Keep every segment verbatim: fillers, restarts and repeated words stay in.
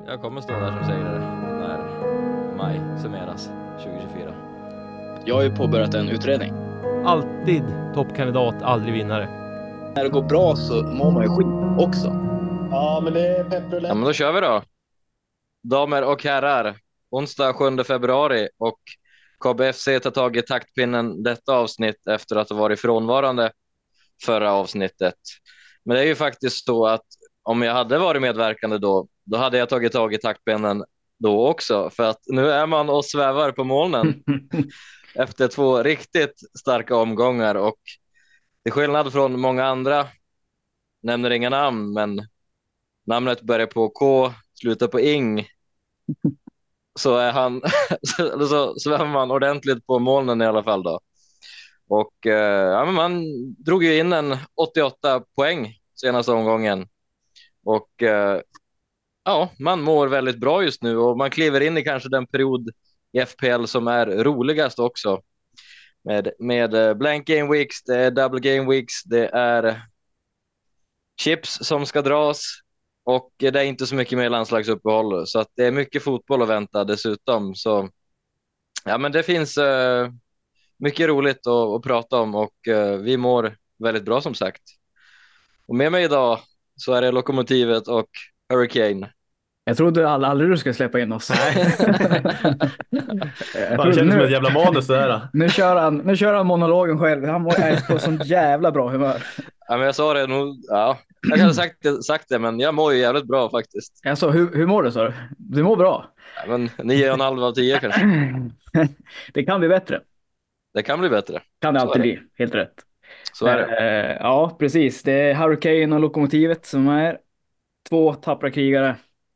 Jag kommer stå där som segrare när maj summeras tjugohundratjugofyra. Jag har ju påbörjat en utredning. Alltid toppkandidat, aldrig vinnare. När det går bra så mår man ju skit också. Ja, men det är peppar och Ja, men då kör vi då. Damer och herrar, onsdag sjunde februari och K B F C tar tag i taktpinnen detta avsnitt efter att ha varit frånvarande förra avsnittet. Men det är ju faktiskt så att om jag hade varit medverkande då, då hade jag tagit tag i taktpinnen då också. För att nu är man och svävar på molnen efter två riktigt starka omgångar. Och till skillnad från många andra, nämner inga namn, men namnet börjar på K, slutar på ing, så är han så, så svävar man ordentligt på molnen i alla fall då. Och eh, ja, men man drog ju in en åttioåtta poäng senaste omgången. Och eh, ja, man mår väldigt bra just nu och man kliver in i kanske den period i F P L som är roligast också. Med, med blank game weeks, det är double game weeks, det är chips som ska dras och det är inte så mycket mer landslagsuppehåll. Så att det är mycket fotboll att vänta dessutom. Så ja, men det finns eh, mycket roligt att, att prata om och eh, vi mår väldigt bra som sagt. Och med mig idag så är det Lokomotivet och Hurricane. Jag trodde all, aldrig du skulle släppa in oss. Nej. Jag Fan, trodde, känns som nu, ett jävla manus det där. nu, kör han, nu kör han monologen själv. Han var är på sån jävla bra humör. Ja, men jag sa det nog, ja, jag kan ha sagt det, sagt det, men jag mår ju jävligt bra faktiskt. Jag sa, hur, hur mår du, sa du? Du mår bra. Ja, men nio och en halv av tio kanske. Det kan bli bättre. Det kan bli bättre. Kan det Så alltid är det. bli, helt rätt. Så är det. Eh, ja, precis. Det är Hurricane och Lokomotivet som är två tappra krigare.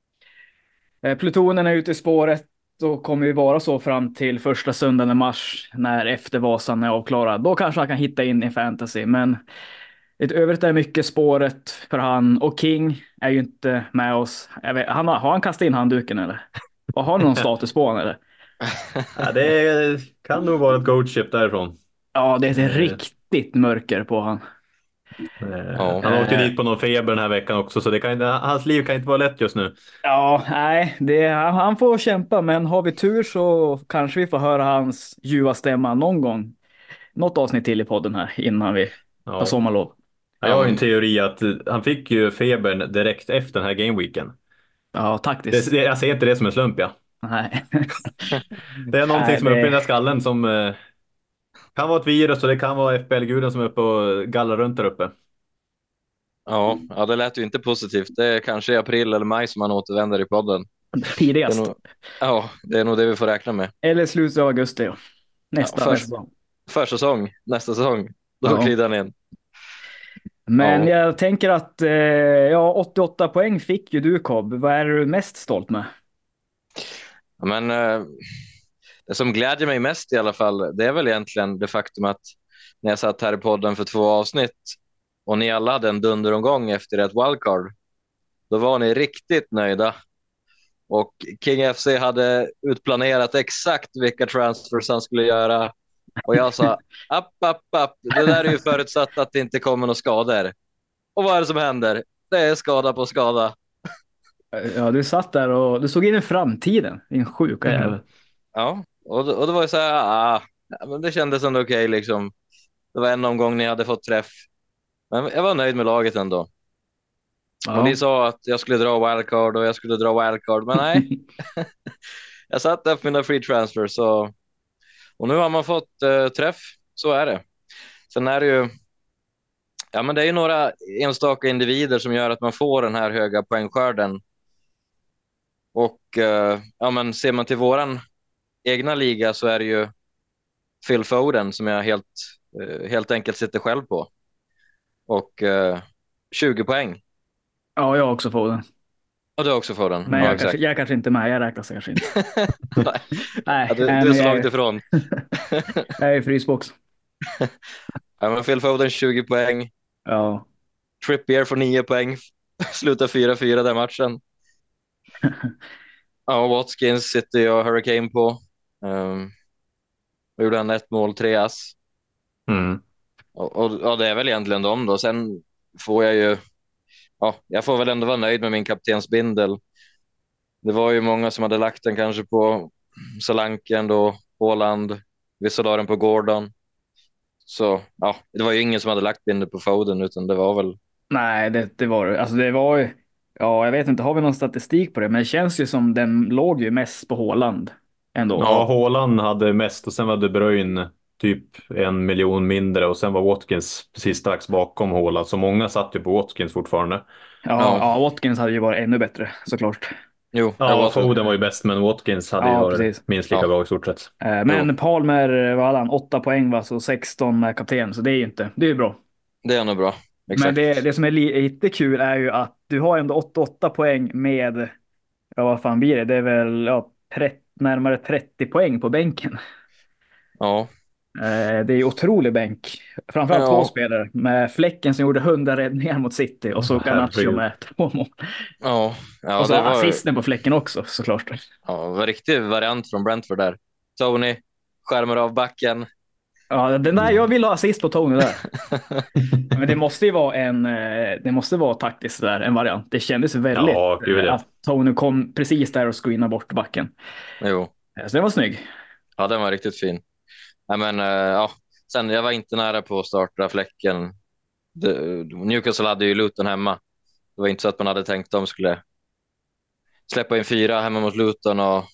Eh, plutonen är ute i spåret och kommer ju vara så fram till första söndagen i mars när eftervasan är avklarad. Då kanske han kan hitta in i fantasy, men i övrigt är mycket spåret för han. Och King är ju inte med oss. Jag vet, han har, har han kastat in handduken eller? Och har någon status på honom eller? Ja, det kan nog vara ett goatship därifrån. Ja, det är ett riktigt mörker på han. Ja. Han åkte dit på någon feber den här veckan också, så det kan, hans liv kan inte vara lätt just nu. Ja, nej, det, han får kämpa, men har vi tur så kanske vi får höra hans ljuva stämma någon gång. Något avsnitt till i podden här innan vi tar Ja. sommarlov. Jag har ju en teori att han fick ju febern direkt efter den här gameweeken. Ja, taktiskt. Det, det, jag ser inte det som en slump, ja. Nej. Det är någonting Nej, som är uppe i det- den där skallen som eh, kan vara ett virus och det kan vara F B L-guden som är uppe och gallrar runt där uppe. Ja, ja, det lät ju inte positivt. Det är kanske i april eller maj som man återvänder i podden. Det är Tidigast. nog, ja, det är nog det vi får räkna med. Eller slutet av augusti. Ja. Nästa, Ja, först- nästa säsong. Försäsong, nästa säsong. Då Ja. glider han in. Men Ja. jag tänker att eh, ja, åttioåtta poäng fick ju du, Cobb. Vad är du mest stolt med? Ja, men eh, det som glädjer mig mest i alla fall, det är väl egentligen det faktum att när jag satt här i podden för två avsnitt och ni alla hade en dunderomgång efter ett wildcard, då var ni riktigt nöjda. Och King F C hade utplanerat exakt vilka transfers han skulle göra. Och jag sa, app, app, app, det där är ju förutsatt att det inte kommer några skador. Och vad är det som händer? Det är skada på skada. Ja, du satt där och du såg in i framtiden. Din sjuka Mm. jävel. Ja, och, och det var ju så här, ah, ja, men det kändes ändå okej liksom. Det var en omgång ni hade fått träff. Men jag var nöjd med laget ändå. Ja. Och ni sa att jag skulle dra wildcard och jag skulle dra wildcard, men nej. Jag satt upp mina free transfers så... och nu har man fått eh, träff, så är det. Sen är det ju, ja, men det är ju några enstaka individer som gör att man får den här höga poängskörden. Och eh, ja, men ser man till våran egna liga så är det ju Phil Foden som jag helt, eh, helt enkelt sitter själv på. Och eh, tjugo poäng. Ja, jag har också fått den. Och du också får den. Men Ja, jag, exakt. kanske, jag är kanske inte med. Jag räknas kanske inte. Nej. Nej, Ja, du, nej, du är men så jag, långt ifrån. jag är i frysbox. Ja, men Phil Foden tjugo poäng. Ja. Trippier får nio poäng. Slutar fyra fyra den matchen. Ja, Watkins sitter jag Hurricane på. Um, och gjorde han ett mål, tre ass. Mm. Och, och ja, det är väl egentligen dem då. Sen får jag ju, ja, jag får väl ändå vara nöjd med min kaptensbindel. det var ju många som hade lagt den kanske på Solanke ändå, Haaland, vissa la den på Gordon. Så ja, det var ju ingen som hade lagt binder på Foden, utan det var väl... Nej, det, det var alltså det var ju, ja, jag vet inte, har vi någon statistik på det? Men det känns ju som den låg ju mest på Haaland ändå. Ja, Haaland hade mest och sen var De Bruyne typ en miljon mindre och sen var Watkins precis strax bakom Haaland. Så många satt ju på Watkins fortfarande. Ja, Ja. ja, Watkins hade ju varit ännu bättre såklart. Jo, det Ja, var så. Foden var ju bäst, men Watkins hade ju Ja, varit precis. minst lika Ja. bra i stort sett. Eh, Men Jo. Palmer, vad hade han? Åtta poäng va? Så sexton med kapten. Så det är ju inte, det är ju bra. Det är nog bra. Men Exakt. det, det som är lite kul är ju att du har ändå åttioåtta poäng med, ja vad fan blir det? Det är väl ja, trettio, närmare trettio poäng på bänken. Ja. Eh, Det är ju otrolig bänk. Framförallt Ja. två spelare med Fläcken som gjorde hundra räddningar mot City och så Åh, Garnacho herregud. med två mål. Ja, ja Och så det var, assisten på Fläcken också såklart. ja, det var en riktig variant från Brentford där. Tony skärmar av backen. Ja, den där, jag vill ha assist på Tony där. Men det måste ju vara en, eh, det måste vara taktiskt där, en variant. Det kändes väldigt Ja, gud, eh, ja. att Tony kom precis där och screenade bort backen. Jo, Eh, Så det var snygg. ja, den var riktigt fin. Ja, men, eh, ja. Sen, jag var inte nära på att starta Fläcken. Det, Newcastle hade ju Luton hemma. Det var inte så att man hade tänkt att de skulle släppa in fyra hemma mot Luton och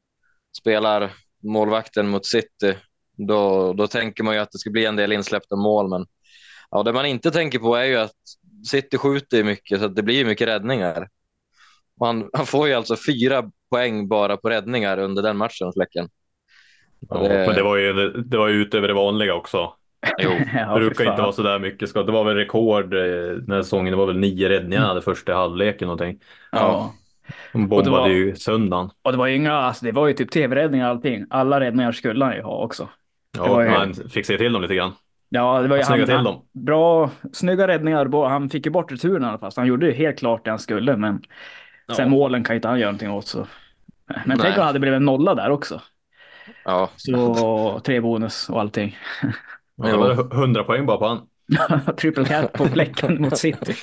spelar målvakten mot City. Då, då tänker man ju att det ska bli en del insläppta mål, men ja, det man inte tänker på är ju att City skjuter ju mycket, så att det blir ju mycket räddningar. Och han, han får ju alltså fyra poäng bara på räddningar under den matchen, Fläcken. Ja, det- Men det var ju, det var ju utöver det vanliga också. Jo, Ja, Det brukar fy fan. inte vara så där mycket skott. Det var väl rekord eh, den här säsongen. Det var väl nio räddningar han hade första halvleken någonting. Ja. De Och bombade det var- ju söndagen. Och det var ju inga, alltså det var ju typ tv-räddningar och allting. Alla räddningar skulle han ju ha också. Ja, var ju- han fick se till dem lite grann. Ja, det var ju Han snyggade han, till han, dem. bra, snygga räddningar. Bo- Han fick ju bort returen i alla fall. Så han gjorde ju helt klart det han skulle, men sen Ja. målen kan ju inte han göra någonting åt. Så. Men Nej. tänk om han hade blivit en nolla där också. ja. Så tre bonus och allting. Ja, det var hundra poäng bara på han. Triple cap på Fläcken mot City.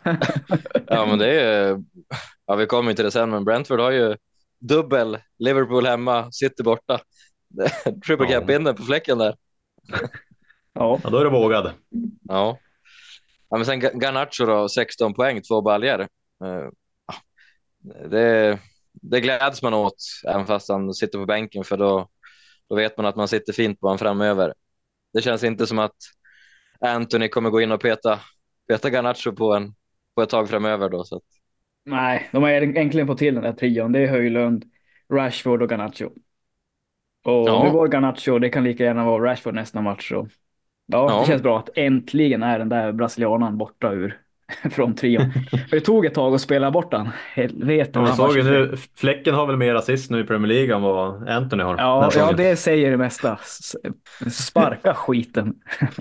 Ja, men det är ju... Ja, vi kommer inte till det sen, men Brentford har ju dubbel. Liverpool hemma, City borta. Triple Ja. cap-binden på Fläcken där. Ja, Ja, då är det vågad. Ja. Ja, men sen Ga- Garnacho då, sexton poäng, två baljor. Eh, ja, det, det gläds man åt, även fast han sitter på bänken, för då, då vet man att man sitter fint på honom framöver. Det känns inte som att Anthony kommer gå in och peta, peta Garnacho på, en, på ett tag framöver då. Så att, nej, de har äntligen fått till den där trion. Det är Höjlund, Rashford och Garnacho. Och Ja. nu går Garnacho, det kan lika gärna vara Rashford nästa match. Så. Ja, Ja. det känns bra att äntligen är den där brasilianaren borta ur från trion. För det tog ett tag att spela bort den. Helvete. Ja, vad man han var såg ju tjugotre. nu, Fläcken har väl mer assist nu i Premier League än vad Anthony har. den här Ja, ja, säsongen. det säger det mesta. S- Sparka skiten.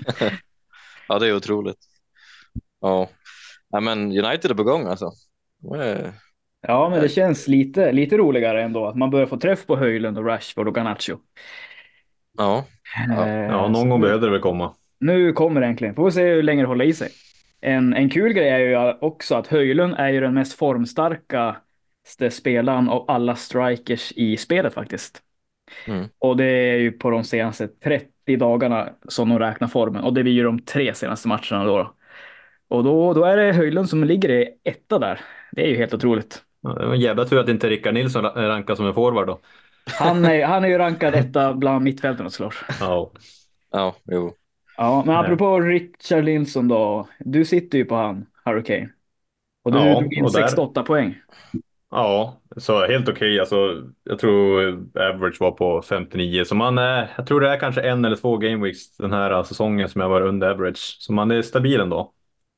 ja, det är otroligt. Ja. Ja, men United är på gång alltså. Eh, Ja, men det känns lite, lite roligare ändå att man börjar få träff på Höjlund och Rashford och Garnacho. Ja, Ja. Eh, Ja, så någon gång nu- behövde det väl komma. Nu kommer det äntligen. Får vi se hur länge det håller i sig. En, en kul grej är ju också att Höjlund är ju den mest formstarkaste spelaren av alla strikers i spelet faktiskt. Mm. Och det är ju på de senaste trettio dagarna som de räknar formen. Och det blir ju de tre senaste matcherna då. Och då, då är det Höjlund som ligger i etta där. Det är ju helt otroligt. Ja, det var en jävla tur att inte Rickard Nilsson ra- rankas som en forward då. Han är, han är ju rankad etta bland mittfältarna såklart. Ja. ja, jo. Ja, men Nej. apropå Richard Linson då. Du sitter ju på han, Harry Kane. Och du Ja, drog in och där- sextioåtta poäng. Ja, så helt okej. Alltså, jag tror average var på femtionio. Så man är, jag tror det är kanske en eller två game weeks den här säsongen som jag var under average. Så man är stabil ändå.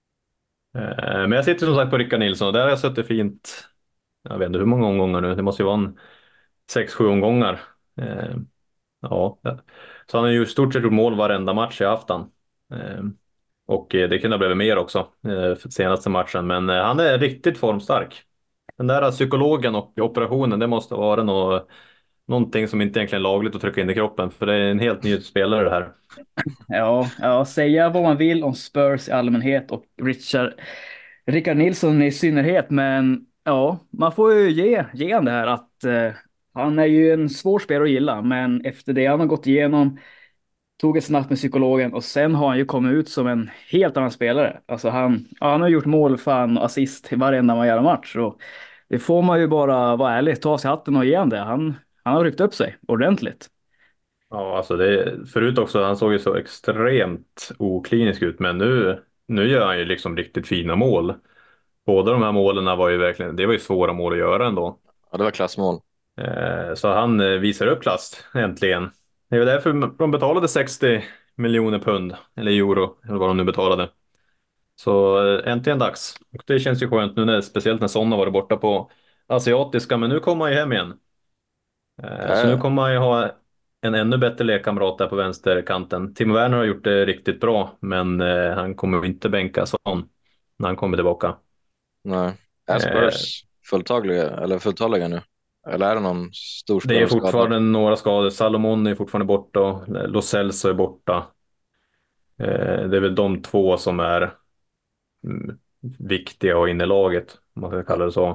Eh, Men jag sitter som sagt på Rickard Nilsson och där har jag suttit fint. Jag vet inte hur många omgångar nu. Det måste ju vara en sex, sju omgångar. Eh, Ja, så han har ju i stort sett gjort mål varenda match jag haft han. Eh, Och eh, det kunde ha blivit mer också eh, för senaste matchen. Men eh, han är riktigt formstark. Den där psykologen och operationen, det måste vara något, någonting som inte egentligen är lagligt att trycka in i kroppen. För det är en helt ny spelare det här. Ja, ja, säga vad man vill om Spurs i allmänhet och Richard, Rickard Nilsson i synnerhet, men Ja, man får ju ge, ge han det här att eh, han är ju en svår spelare att gilla, men efter det han har gått igenom, tog ett snack med psykologen och sen har han ju kommit ut som en helt annan spelare. Alltså han, ja, han har gjort mål, fan och assist i varenda man gör match. Och det får man ju bara vara ärlig, ta sig hatten och ge han det. Han, han har ryckt upp sig ordentligt. Ja, alltså det, förut också, han såg ju så extremt oklinisk ut, men nu, nu gör han ju liksom riktigt fina mål. Båda de här målen var ju verkligen, det var ju svåra mål att göra ändå. Ja, det var klassmål. Eh, så han eh, visar upp klass, äntligen. Det är väl därför de betalade sextio miljoner pund, eller euro, eller vad de nu betalade. Så eh, äntligen dags. Och det känns ju skönt nu, när, speciellt när Son har varit borta på asiatiska, men nu kommer han ju hem igen. Eh, så nu Ja, kommer han ju ha en ännu bättre lekkamrat där på vänsterkanten. Timo Werner har gjort det riktigt bra, men eh, han kommer inte bänka Son när han kommer tillbaka. nej. Är Eh, Spurs fulltagliga, eller fulltaliga nu? Eller är det någon stor Det är spelare skadad? fortfarande några skador. Salomon är fortfarande borta. Lo Celso är borta. Eh, Det är väl de två som är mm, viktiga och in i laget, om man ska kalla det så.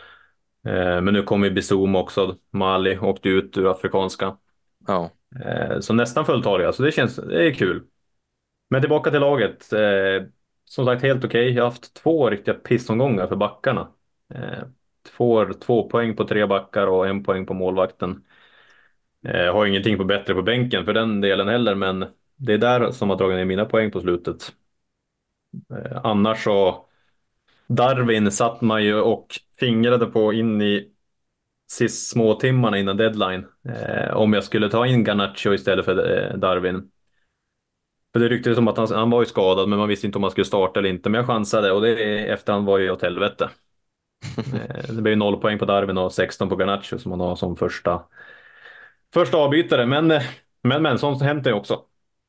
Eh, Men nu kommer Bissouma också. Mali åkte ut ur afrikanska. Ja, Eh, Så nästan fulltaliga, så det känns, det är kul. Men tillbaka till laget. Eh, Som sagt, helt okej. Jag har haft två riktiga pissomgångar för backarna. Eh, Får två poäng på tre backar och en poäng på målvakten. Jag har ingenting på bättre på bänken för den delen heller, men det är där som har dragit ner mina poäng på slutet. Eh, Annars så, Darwin satt man ju och fingrade på in i sist små timmarna innan deadline. Eh, om jag skulle ta in Garnacho istället för eh, Darwin. För det ryktades som att han, han var ju skadad, men man visste inte om han skulle starta eller inte. Men jag chansade och det efter han var ju åt helvete. Eh, det blev ju noll poäng på Darwin och sexton på Garnacho som han har som första, första avbytare. Men, eh, men, men sånt händer ju också.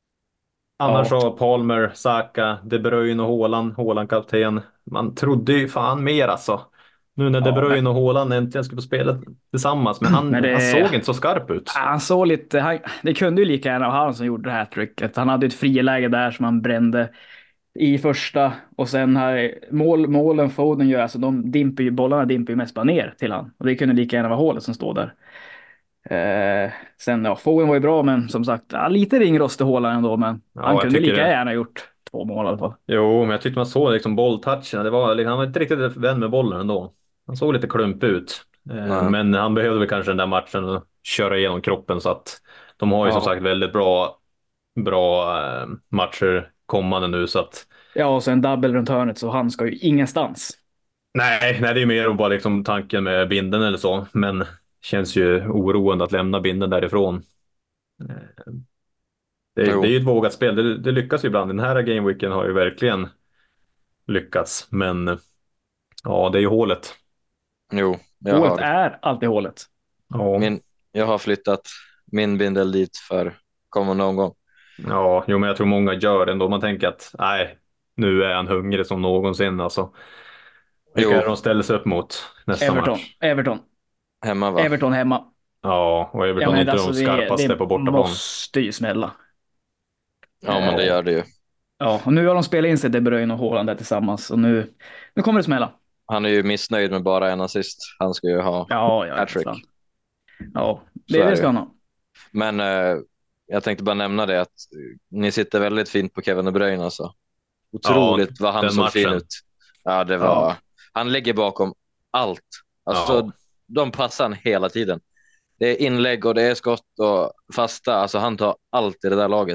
Annars Ja. har Palmer, Saka, De Bruyne och Haaland, Haaland kapten. Man trodde ju fan mer alltså. Nu när De Ja, men, Bruyne och Haaland äntligen skulle få spela tillsammans, men men han, han det, såg inte så skarp ut. han såg lite, han, det kunde ju lika gärna vara han som gjorde det här tricket. Han hade ett friläge där som han brände i första och sen här mål, målen Foden gör, alltså de dimper ju, bollarna dimper ju mest bara ner till han. Och det kunde lika gärna vara hålet som står där. Eh, sen ja, Foden var ju bra, men som sagt, ja, lite ringrostig hålare ändå, men Ja, han jag kunde tycker lika det. gärna gjort två mål i alla fall. Jo, men jag tyckte man såg liksom bolltouchen. Det var, liksom, han var inte riktigt vän med bollen ändå. Han såg lite klumpig ut. Eh, nej. Men han behövde väl kanske den där matchen och köra igenom kroppen, så att de har ju som Ja. sagt väldigt bra, bra eh, matcher kommande nu, så att Ja, och sen double runt hörnet, så han ska ju ingenstans. nej, nej, det är mer bara liksom tanken med binden eller så, men känns ju oroande att lämna binden därifrån. Eh, Det, det Jo, är ju ett vågat spel, det, det lyckas ju ibland. Den här gameweeken har ju verkligen lyckats, men ja, det är ju hålet. jo, jag Hålet har, är alltid hålet. Ja, min, jag har flyttat min bindel dit för kommande omgång. ja, jo, men jag tror många gör det ändå. Man tänker att nej, nu är han hungrig som någonsin alltså. Vilka är Jo, det de ställer sig upp mot nästa Everton, match? Everton, hemma va? Everton hemma. Ja, och Ja, Everton är men inte alltså de det, skarpaste det på bortaplan. måste ju smälla. Ja, men det gör det ju. Ja, och nu har de spelat in sig De Bruyne och Haaland där tillsammans och nu, nu kommer det smälla. Han är ju missnöjd med bara en assist. Han ska ju ha Ja, ja, hattrick. fan. Ja, Så det, är det det ska ju. han ha. Men eh, jag tänkte bara nämna det att eh, ni sitter väldigt fint på Kevin De Bruyne alltså. Otroligt vad han den såg fin matchen. ut. Ja, det var... Ja. Han lägger bakom allt. Alltså, Ja. de passar han hela tiden. Det är inlägg och det är skott och fasta. Alltså, han tar allt i det där laget.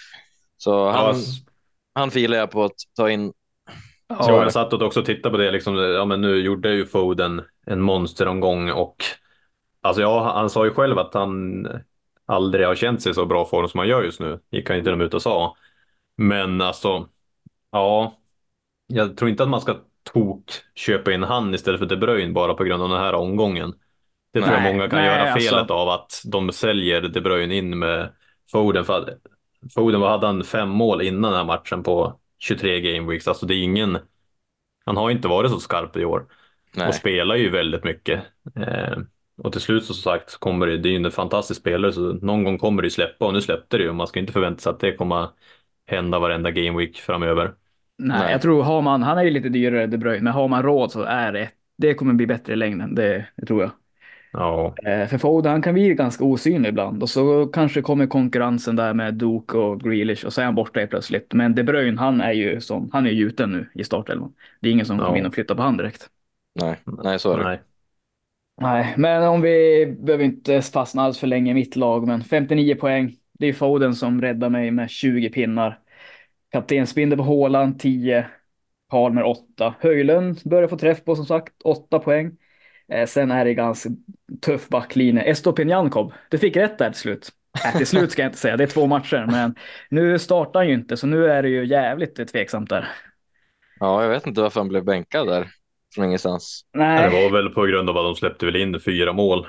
Så Ja, han, alltså, han filar jag på att ta in. ja, Ja, jag satt och också tittade på det. Liksom, ja, men nu gjorde ju Foden en monsteromgång och alltså, ja, han sa ju själv att han aldrig har känt sig så bra form som han gör just nu. Gick han inte ut och sa. Men alltså, ja, jag tror inte att man ska tok köpa in han istället för De Bruyne bara på grund av den här omgången. Det tror jag Nej, många kan nej, göra felet alltså. av, att de säljer De Bruyne in med Foden. För att Foden, vad hade han, fem mål innan den här matchen på tjugotre gameweeks. Alltså det är ingen, han har inte varit så skarp i år och Nej, spelar ju väldigt mycket. Eh, och till slut så som sagt kommer det, det är ju en fantastisk spelare, så någon gång kommer det ju släppa, och nu släppte det ju, och man ska inte förvänta sig att det kommer hända varenda gameweek framöver. Nej, Nej. jag tror har man, han är ju lite dyrare De Bruyne, men har man råd så är det det kommer bli bättre i längden, det, det tror jag. Ja, Eh, för Foden, han kan bli ganska osynlig ibland och så kanske kommer konkurrensen där med Duke och Grealish och så är han borta plötsligt. Men De Bruyne, han är ju som, han är ju ute nu i startelvan. Det är ingen som kommer in ja, och flyttar på han direkt. Nej, nej så är det. nej. Nej, men om vi behöver inte fastna alls för länge i mitt lag, men femtionio poäng. Det är Foden som räddar mig med tjugo pinnar. Kaptensbindel på Haaland tio. Palmer åtta. Höjlund börjar få träff på som sagt åtta poäng. Eh, sen är det ganska tuff backlinje. Estopian Du fick rätt där till slut. Äh, till slut ska jag inte säga, det är två matcher, men nu startar han ju inte, så nu är det ju jävligt tveksamt där. Ja, jag vet inte varför han blev bänkad där från ingenstans. Nej, det Nej, var väl på grund av att de släppte väl in fyra mål.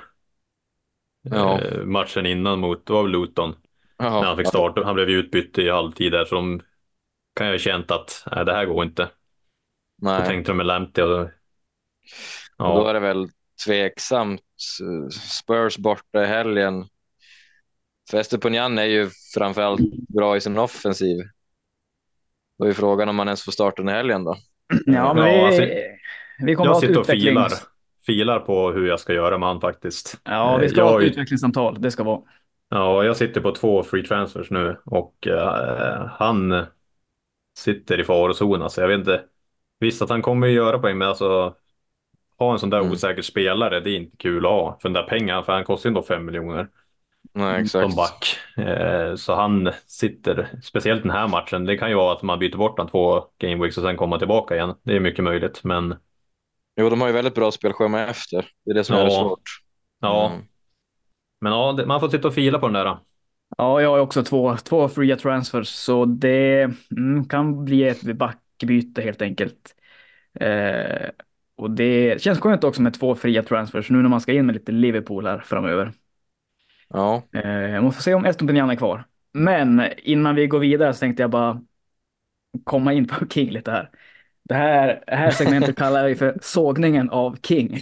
Ja. Eh, matchen innan mot, det var väl Luton. Ja, När han fick starta, han blev ju utbytt i halvtid där, så de kan ju ha känt att nej, det här går inte. Så nej. tänkte de med Lamptey och då, Och då ja, är det väl tveksamt. Spurs borta i helgen. För Esteponian är ju framförallt bra i sin offensiv. Då är frågan om man ens får starta den i helgen då. ja, men Ja, vi, alltså, vi kommer jag att ha ett sitter och filar, utvecklings... filar på hur jag ska göra med han faktiskt. Ja, vi Eh, ska jag, ha har ett ju- utvecklingssamtal, det ska vara. ja, jag sitter på två free transfers nu och eh, han sitter i farozon. Alltså, jag vet inte, visst att han kommer att göra poäng, men alltså ha en sån där Mm. osäker spelare, det är inte kul att ha för den där pengarna, för han kostar ju ändå fem miljoner Nej, Mm, exakt. som back. Eh, så han sitter, speciellt den här matchen, det kan ju vara att man byter bort han två gameweeks och sen komma tillbaka igen. Det är mycket möjligt, men Jo, de har ju väldigt bra spelschema efter. Det är det som Ja. är svårt. ja, Mm. men ja, det, man får sitta och fila på den där. Ja, jag har också två, två fria transfers, så det mm, kan bli ett backbyte helt enkelt. Eh, och det känns skönt också med två fria transfers nu när man ska in med lite Liverpool här framöver. Ja, Eh, man får se om Estopinian är kvar. Men innan vi går vidare så tänkte jag bara komma in på King lite här. Det här, det här segmentet kallar vi för sågningen av King.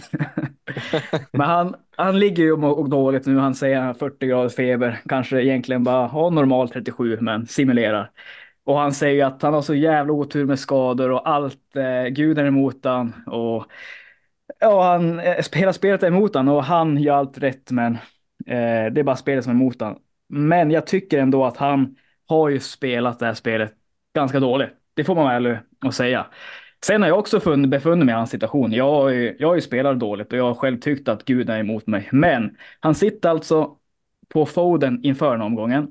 Men han, han ligger ju och mår dåligt nu. Han säger att han har fyrtio graders feber. Kanske egentligen bara har normal trettiosju, men simulerar. Och han säger ju att han har så jävla otur med skador och allt. Eh, Gud är emot han. Och ja, han, eh, hela spelet är emot han och han gör allt rätt, men eh, det är bara spelet som är emot han. Men jag tycker ändå att han har ju spelat det här spelet ganska dåligt. Det får man väl att säga. Sen har jag också funnit, befunnit mig i hans situation. Jag, har ju- jag har ju spelat dåligt och jag har själv tyckt att Gud är emot mig. Men han sitter alltså på Foden inför den omgången.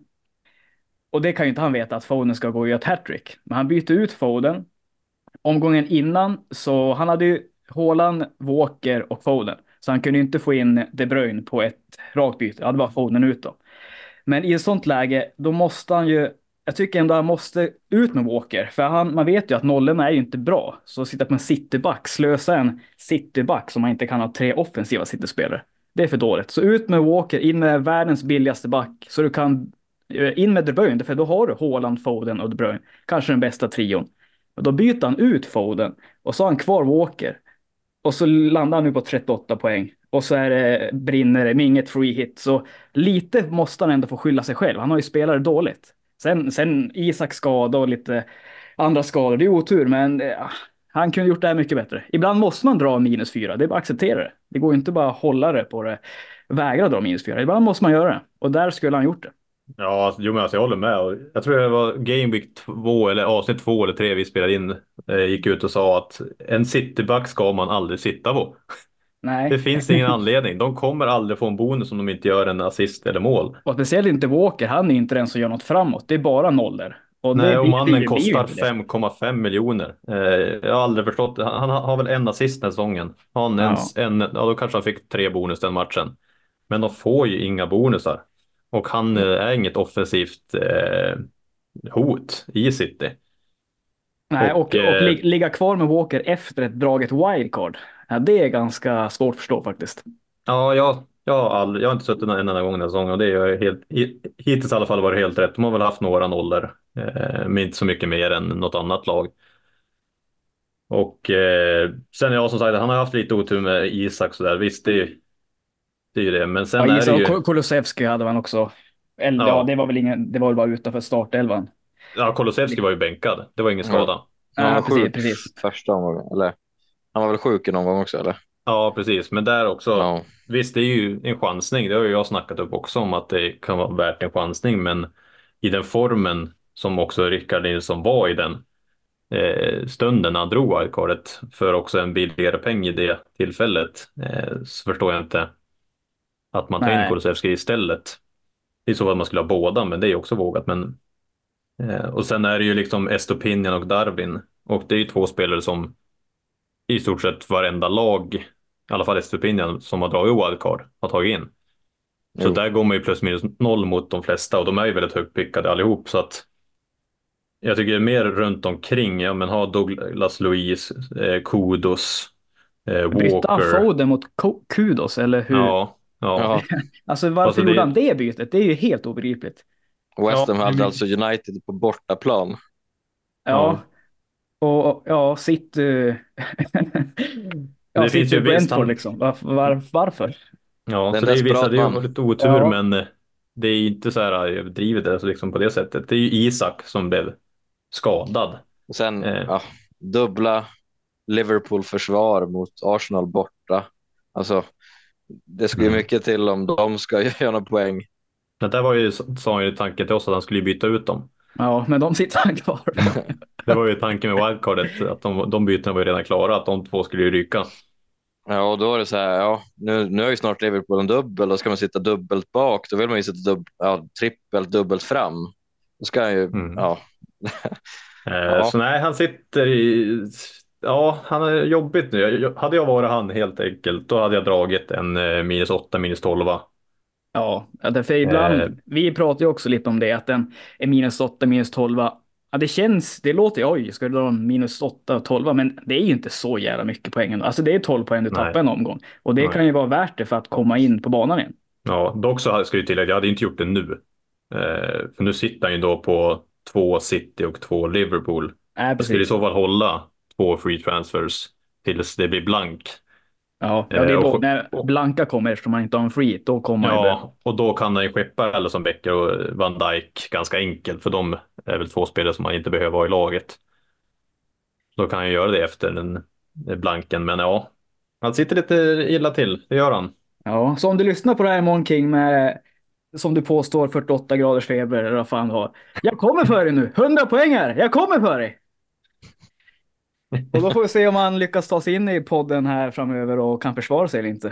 Och det kan ju inte han veta, att Foden ska gå och göra ett hattrick. Men han byter ut Foden omgången innan, så han hade ju Haaland, Walker och Foden. Så han kunde ju inte få in De Bruyne på ett rakt byte. Det hade bara Foden ut då. Men i ett sånt läge, då måste han ju, jag tycker ändå han måste ut med Walker. För han, man vet ju att nollorna är ju inte bra. Så att sitta på en cityback, slösa en cityback som man inte kan ha tre offensiva cityspelare. Det är för dåligt. Så ut med Walker, in med världens billigaste back. Så du kan, eh, in med De Bruyne, för då har du Haaland, Foden och De Bruyne. Kanske den bästa trion. Och då byter han ut Foden och så har han kvar Walker. Och så landar han nu på trettioåtta poäng. Och så är det, brinner det med inget free hit. Så lite måste han ändå få skylla sig själv. Han har ju spelat dåligt. Sen, sen Isak skada och lite andra skador. Det är otur, men eh, han kunde gjort det här mycket bättre. Ibland måste man dra minus fyra. Det är bara att acceptera det. Det går ju inte bara att hålla det på det. Vägra dra minus fyra. Ibland måste man göra det. Och där skulle han gjort det. Ja, alltså, jo, men alltså, jag håller med. Och jag tror det var Game Week två eller avsnitt två eller tre vi spelade in. Eh, gick ut och sa att en cityback ska man aldrig sitta på. Nej. Det finns ingen anledning. De kommer aldrig få en bonus om de inte gör en assist eller mål. Och speciellt inte Walker. Han är inte den som gör något framåt. Det är bara nollor. Och Nej, det och blir- mannen blir- blir ju kostar inte det. fem komma fem miljoner. Eh, jag har aldrig förstått det. Han, han har väl en assist den här säsongen. Har han Ja. ens en, ja, då kanske han fick tre bonus den matchen. Men de får ju inga bonusar. Och han eh, är inget offensivt eh, hot i City. Nej, och, Och, och, eh, lig- ligga kvar med Walker efter ett draget wildcard. Ja, det är ganska svårt att förstå faktiskt. Ja, jag, jag, har aldrig, jag har inte suttit en enda gång den här säsongen och det är ju helt, hi- hittills i alla fall varit helt rätt. De har väl haft några nollor, eh, men inte så mycket mer än något annat lag. Och eh, sen ja, som sagt, han har haft lite otur med Isak så där. Visst, det, är ju- det är ju det. Men sen Ja, är Isak det ju... och Kulusevski hade man också. Eller, ja. Ja. det var väl ingen, det var väl bara utanför startelvan. Ja, Kulusevski var ju bänkad. Det var ingen skada. han Ja, var precis, sjuk precis. första omgången. Eller han var väl sjuk i någon gång också, eller? Ja, precis. Men där också, Ja. visst det är ju en chansning. Det har ju jag snackat upp också om att det kan vara värt en chansning. Men i den formen som också Rickard Nilsson var i den eh, stunden när han drog wildcardet för också en billigare peng i det tillfället, eh, så förstår jag inte att man tar in Nej. Kulusevski istället. Det är så att man skulle ha båda, men det är också vågat. Men, eh, och sen är det ju liksom Estopinian och Darwin. Och det är ju två spelare som i stort sett varenda lag, i alla fall Estopinian, som har dragit wildcard har tagit in. Så Jo. där går man ju plus minus noll mot de flesta och de är ju väldigt högt pickade allihop. Så att jag tycker mer runt omkring, ja men ha Douglas Luiz, eh, Kudos, eh, Bytte han Walker. Foden mot Ko- Kudos, eller hur? Ja, ja. Ja. Alltså varför Alltså, det- gjorde han det bytet? Det är ju helt obegripligt. West Ham Ja, hade men- alltså United på bortaplan. Ja. Och ja, sitt... Uh... ja, Det finns sitt ju i visst Brentford han- liksom. Varför? Var, varför? Ja, Det är så en det är vissa, desperat det är man. ju lite otur, Ja. men eh, det är inte så här överdrivet alltså, liksom på det sättet. Det är ju Isak som blev skadad. Och sen Eh. ja, dubbla Liverpool-försvar mot Arsenal borta. Alltså, det ska ju Mm. mycket till om de ska göra några poäng. Det där var ju, sa han ju tanken till oss att han skulle byta ut dem. Ja, men de sitter han kvar. Det var ju tanken med wildcardet, att de, de bytena var ju redan klara, att de två skulle ju ryka. Ja, och då är det så här, ja, nu, nu är ju snart Liverpool en dubbel, då ska man sitta dubbelt bak, då vill man ju sitta dubb, ja, trippelt, dubbelt fram. Då ska han ju, Mm. ja. Eh, Ja. Så nej, han sitter i... Ja, han är jobbigt nu. Jag- Hade jag varit han helt enkelt, då hade jag dragit en eh, minus åtta, minus tolva. Ja, ja, för ibland, Eh. vi pratar ju också lite om det, att den är minus åtta, minus tolva. Ja, det känns, det låter ju, oj, ska du dra en minus åtta och tolva, men det är ju inte så jävla mycket poäng ändå. Alltså det är tolv poäng du Nej. tappar en omgång. Och det Nej. kan ju vara värt det för att komma in på banan igen. Ja, dock så ska jag tillägga, jag hade inte gjort det nu. Eh, för nu sitter han ju då på två City och två Liverpool. Nej, Jag skulle i precis. så fall hålla två free transfers tills det blir blank. Ja, ja, det är Eh, då och- när och- blanka kommer eftersom man inte har en free, då kommer man ju börja. Ja, och då kan han ju skeppa eller som Becker och Van Dijk ganska enkelt, för de är väl två spelare som man inte behöver ha i laget. Då kan han ju göra det efter den blanken, men ja, han sitter lite illa till, det gör han. Ja, så om du lyssnar på det här Mon King med, som du påstår, fyrtioåtta graders feber eller vad fan du har. Jag kommer för dig nu, hundra poäng här, jag kommer för dig! Och då får vi se om han lyckas ta sig in i podden här framöver och kan försvara sig eller inte.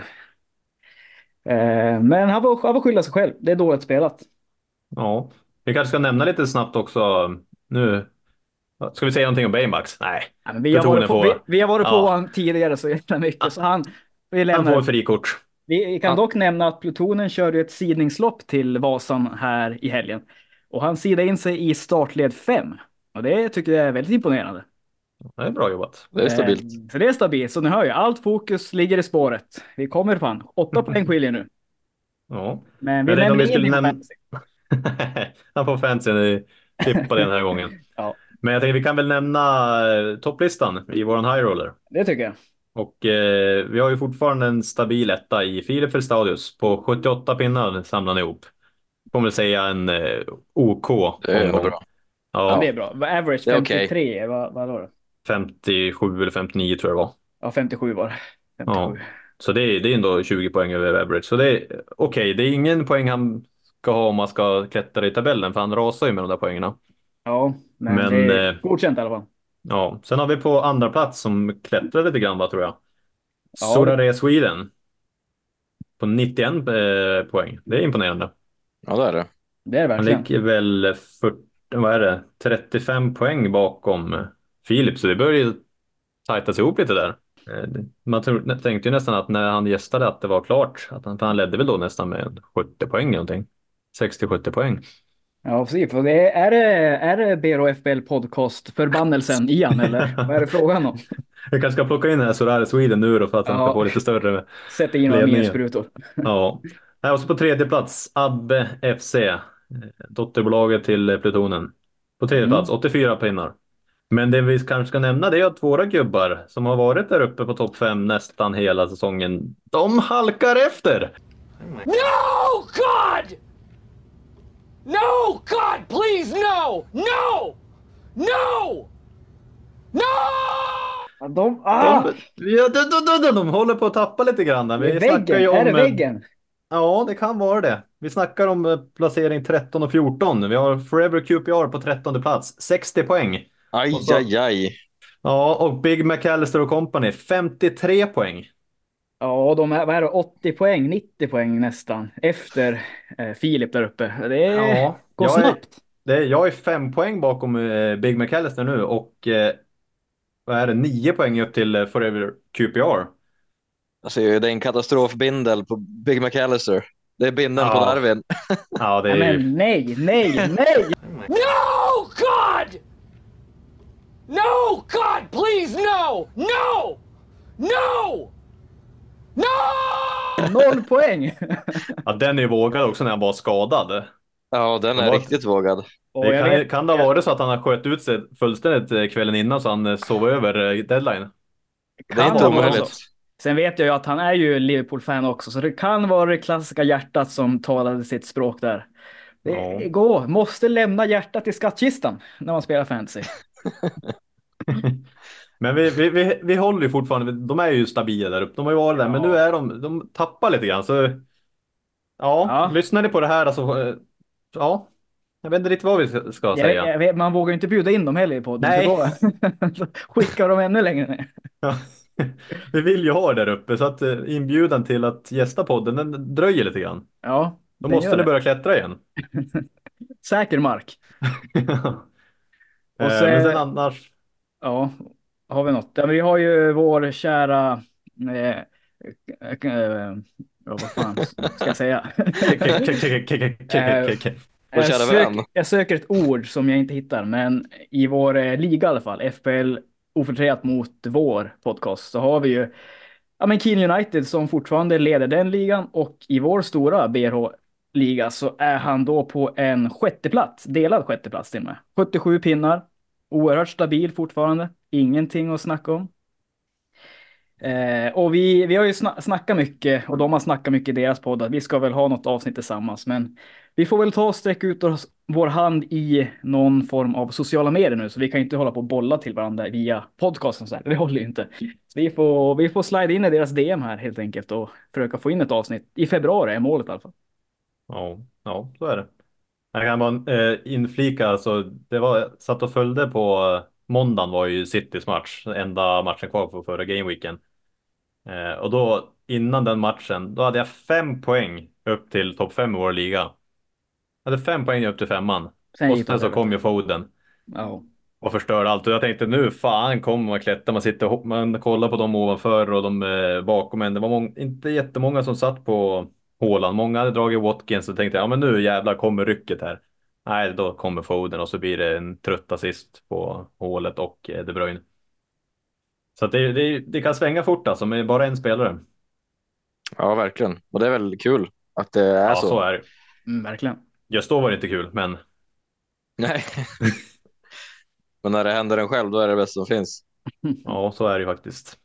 Eh, men han får, han får skylla sig själv, det är dåligt spelat. Ja, vi kanske ska nämna lite snabbt också nu. Ska vi säga någonting om Baymax? Nej, Ja, men vi, har Förtroende varit på, får- vi, vi har varit på Ja. honom tidigare så jävla mycket, så han, vi han lämnar. får frikort. Vi kan dock nämna att Plutonen körde ett sidningslopp till Vasan här i helgen. Och han sidade in sig i startled fem. Och det tycker jag är väldigt imponerande. Det är bra jobbat. Det är stabilt. Eh, Så det är stabilt. Så ni hör ju, allt fokus ligger i spåret. Vi kommer på han. Åtta poäng skiljer nu. Ja. Men vi Jag vet inte om nämner vi skulle ingenting om nämna- fantasy. Han får fansen tippa den här gången. Ja, Men jag tänker vi kan väl nämna eh, topplistan i våran high roller. det tycker jag. Och eh, vi har ju fortfarande en stabil etta i Filip Verstadius på sjuttioåtta pinnar samlar ni ihop. Får man väl säga en eh, OK Det är omgång. bra. Ja, Ja, det är bra. Vad average Det är okej. femtiotre, vad, vad var det? femtiosju eller femtionio tror jag det var. Ja, femtiosju var det. Ja. femtiosju. Så det är, det är ändå tjugo poäng över average. Så det är okej, det är ingen poäng han ska ha om man ska klättra i tabellen, för han rasar ju med de där poängerna. Ja, men, Men, det är eh, godkänt i alla fall. Ja, sen har vi på andra plats som klättrar lite grann, va, tror jag. Ja. Sorare Sweden. På nittioen eh, poäng. Det är imponerande. Ja, det är det. Det är det Han verkligen. ligger väl fyrtio, vad är det? trettiofem poäng bakom Filip, så det börjar ju tajtas ihop lite där. Eh, Man tror, tänkte ju nästan att när han gästade att det var klart, att han, för han ledde väl då nästan med sjuttio poäng eller någonting. sextio sjuttio poäng. Ja, precis. För det är, är det, är det B R O F B L podcast förbannelsen Ian, eller vad är det frågan om? Jag kanske ska plocka in den här Sorare Sweden nu då för att han Ja. ska få lite större. Sätta in några Ledningen. minsprutor. Ja. Här också på tredje plats, Abbe F C, eh, dotterbolaget till eh, Plutonen. På tredje Mm. plats, åttiofyra pinnar. Men det vi kanske ska nämna, det är att våra gubbar som har varit där uppe på topp fem nästan hela säsongen, de halkar efter. No, God! No, God, please, no! No! No! No! Ja, De, ah! De, ja, de, de, de, de håller på att tappa lite grann. Det Vi är snackar ju väggen. Är det om... eh, väggen? Ja, det kan vara det. Vi snackar om eh, placering tretton och fjorton. Vi har Forever Q P R på trettonde plats, sextio poäng. Och Aj, så, aj, aj. ja, och Big McAllister och Company, femtiotre poäng. Ja, de är, vad är det, åttio poäng, nittio poäng nästan efter eh, Filip där uppe. Det Ja, går jag är, snabbt. det, är- jag är fem poäng bakom eh, Big McAllister nu och eh, vad är det, nio poäng upp till eh, Forever Q P R. Alltså, det är en katastrofbindel på Big McAllister. Det är bindeln på Ja, Darwin. ja, det är Ja, ju... men nej, nej, nej! No, God! No, God, please, no! No! No! No! Noll poäng! Ja, den är ju vågad också när han var skadad. Ja, den Det är var- riktigt vågad. Och Det jag kan, vet, kan det ha varit så att han har skött ut sig fullständigt eh, kvällen innan så han eh, sov över eh, deadline? Det är kan inte vara omöjligt. så. Sen vet jag ju att han är ju Liverpool-fan också, så det kan vara det klassiska hjärtat som talade sitt språk där. Det Ja. går, måste lämna hjärtat i skattkistan när man spelar fantasy. Men vi, vi, vi, vi håller ju fortfarande, de är ju stabila där uppe. De har ju varit där, men Ja. nu är de, de tappar lite grann. Så ja, Ja. lyssnar ni på det här alltså, eh, ja, jag vet inte riktigt vad vi ska, ska Jag, säga. jag vet, man vågar ju inte bjuda in dem heller i podden. Nej. Så då skickar de ännu längre ner. Ja. Vi vill ju ha er där uppe så att eh, inbjudan till att gästa podden, den dröjer lite grann. Ja, Då den måste gör ni det. börja klättra igen. Säker mark. Eh, Och så, Men sen annars, ja, har vi något? Ja, men vi har ju vår kära... Eh, eh, ja, vad fan ska jag säga? Eh, Vår jag, kära sök, vän. jag söker ett ord som jag inte hittar, men i vår eh, liga i alla fall, F P L ofiltrerat mot vår podcast, så har vi ju ja, men Keene United som fortfarande leder den ligan, och i vår stora B R H-liga så är han då på en sjätteplats, delad sjätteplats till och med. sjuttiosju pinnar, oerhört stabil fortfarande, ingenting att snacka om. Eh, och vi, vi har ju sna snackat mycket, och de har snackat mycket i deras podd, att vi ska väl ha något avsnitt tillsammans, men vi får väl ta och sträcka ut oss, vår hand i någon form av sociala medier nu, så vi kan inte hålla på och bolla till varandra via podcasten så här. Det håller ju inte. Så vi får, vi får slide in i deras D M här helt enkelt och försöka få in ett avsnitt. I februari är målet i alla fall. ja, ja, så är det. Jag kan bara eh, inflika, alltså, det var, jag satt och följde på eh, måndagen var ju Citys match, enda matchen kvar för förra gameweeken. Eh, och då innan den matchen, då hade jag fem poäng upp till topp fem i vår liga. Jag hade fem poäng upp till femman. Sen Och gick sen det så åt kom ju helvete. Foden Ja. och förstörde allt. Och jag tänkte nu, fan kommer man klättra, man sitter och man kollar på dem ovanför och de eh, bakom en. Det var mång- inte jättemånga som satt på Haaland. Många hade dragit Watkins, så tänkte jag, ja men nu jävlar kommer rycket här. Nej, då kommer Foden och så blir det en trött assist på hålet och eh, De Bruyne. Så att det, det, det kan svänga fort alltså med bara en spelare. Ja, verkligen. Och det är väl kul att det är Ja, så. så är det. Mm, verkligen. Just då var det inte kul, men Nej. Men när det händer en själv, då är det bäst som finns. ja, så är det ju faktiskt.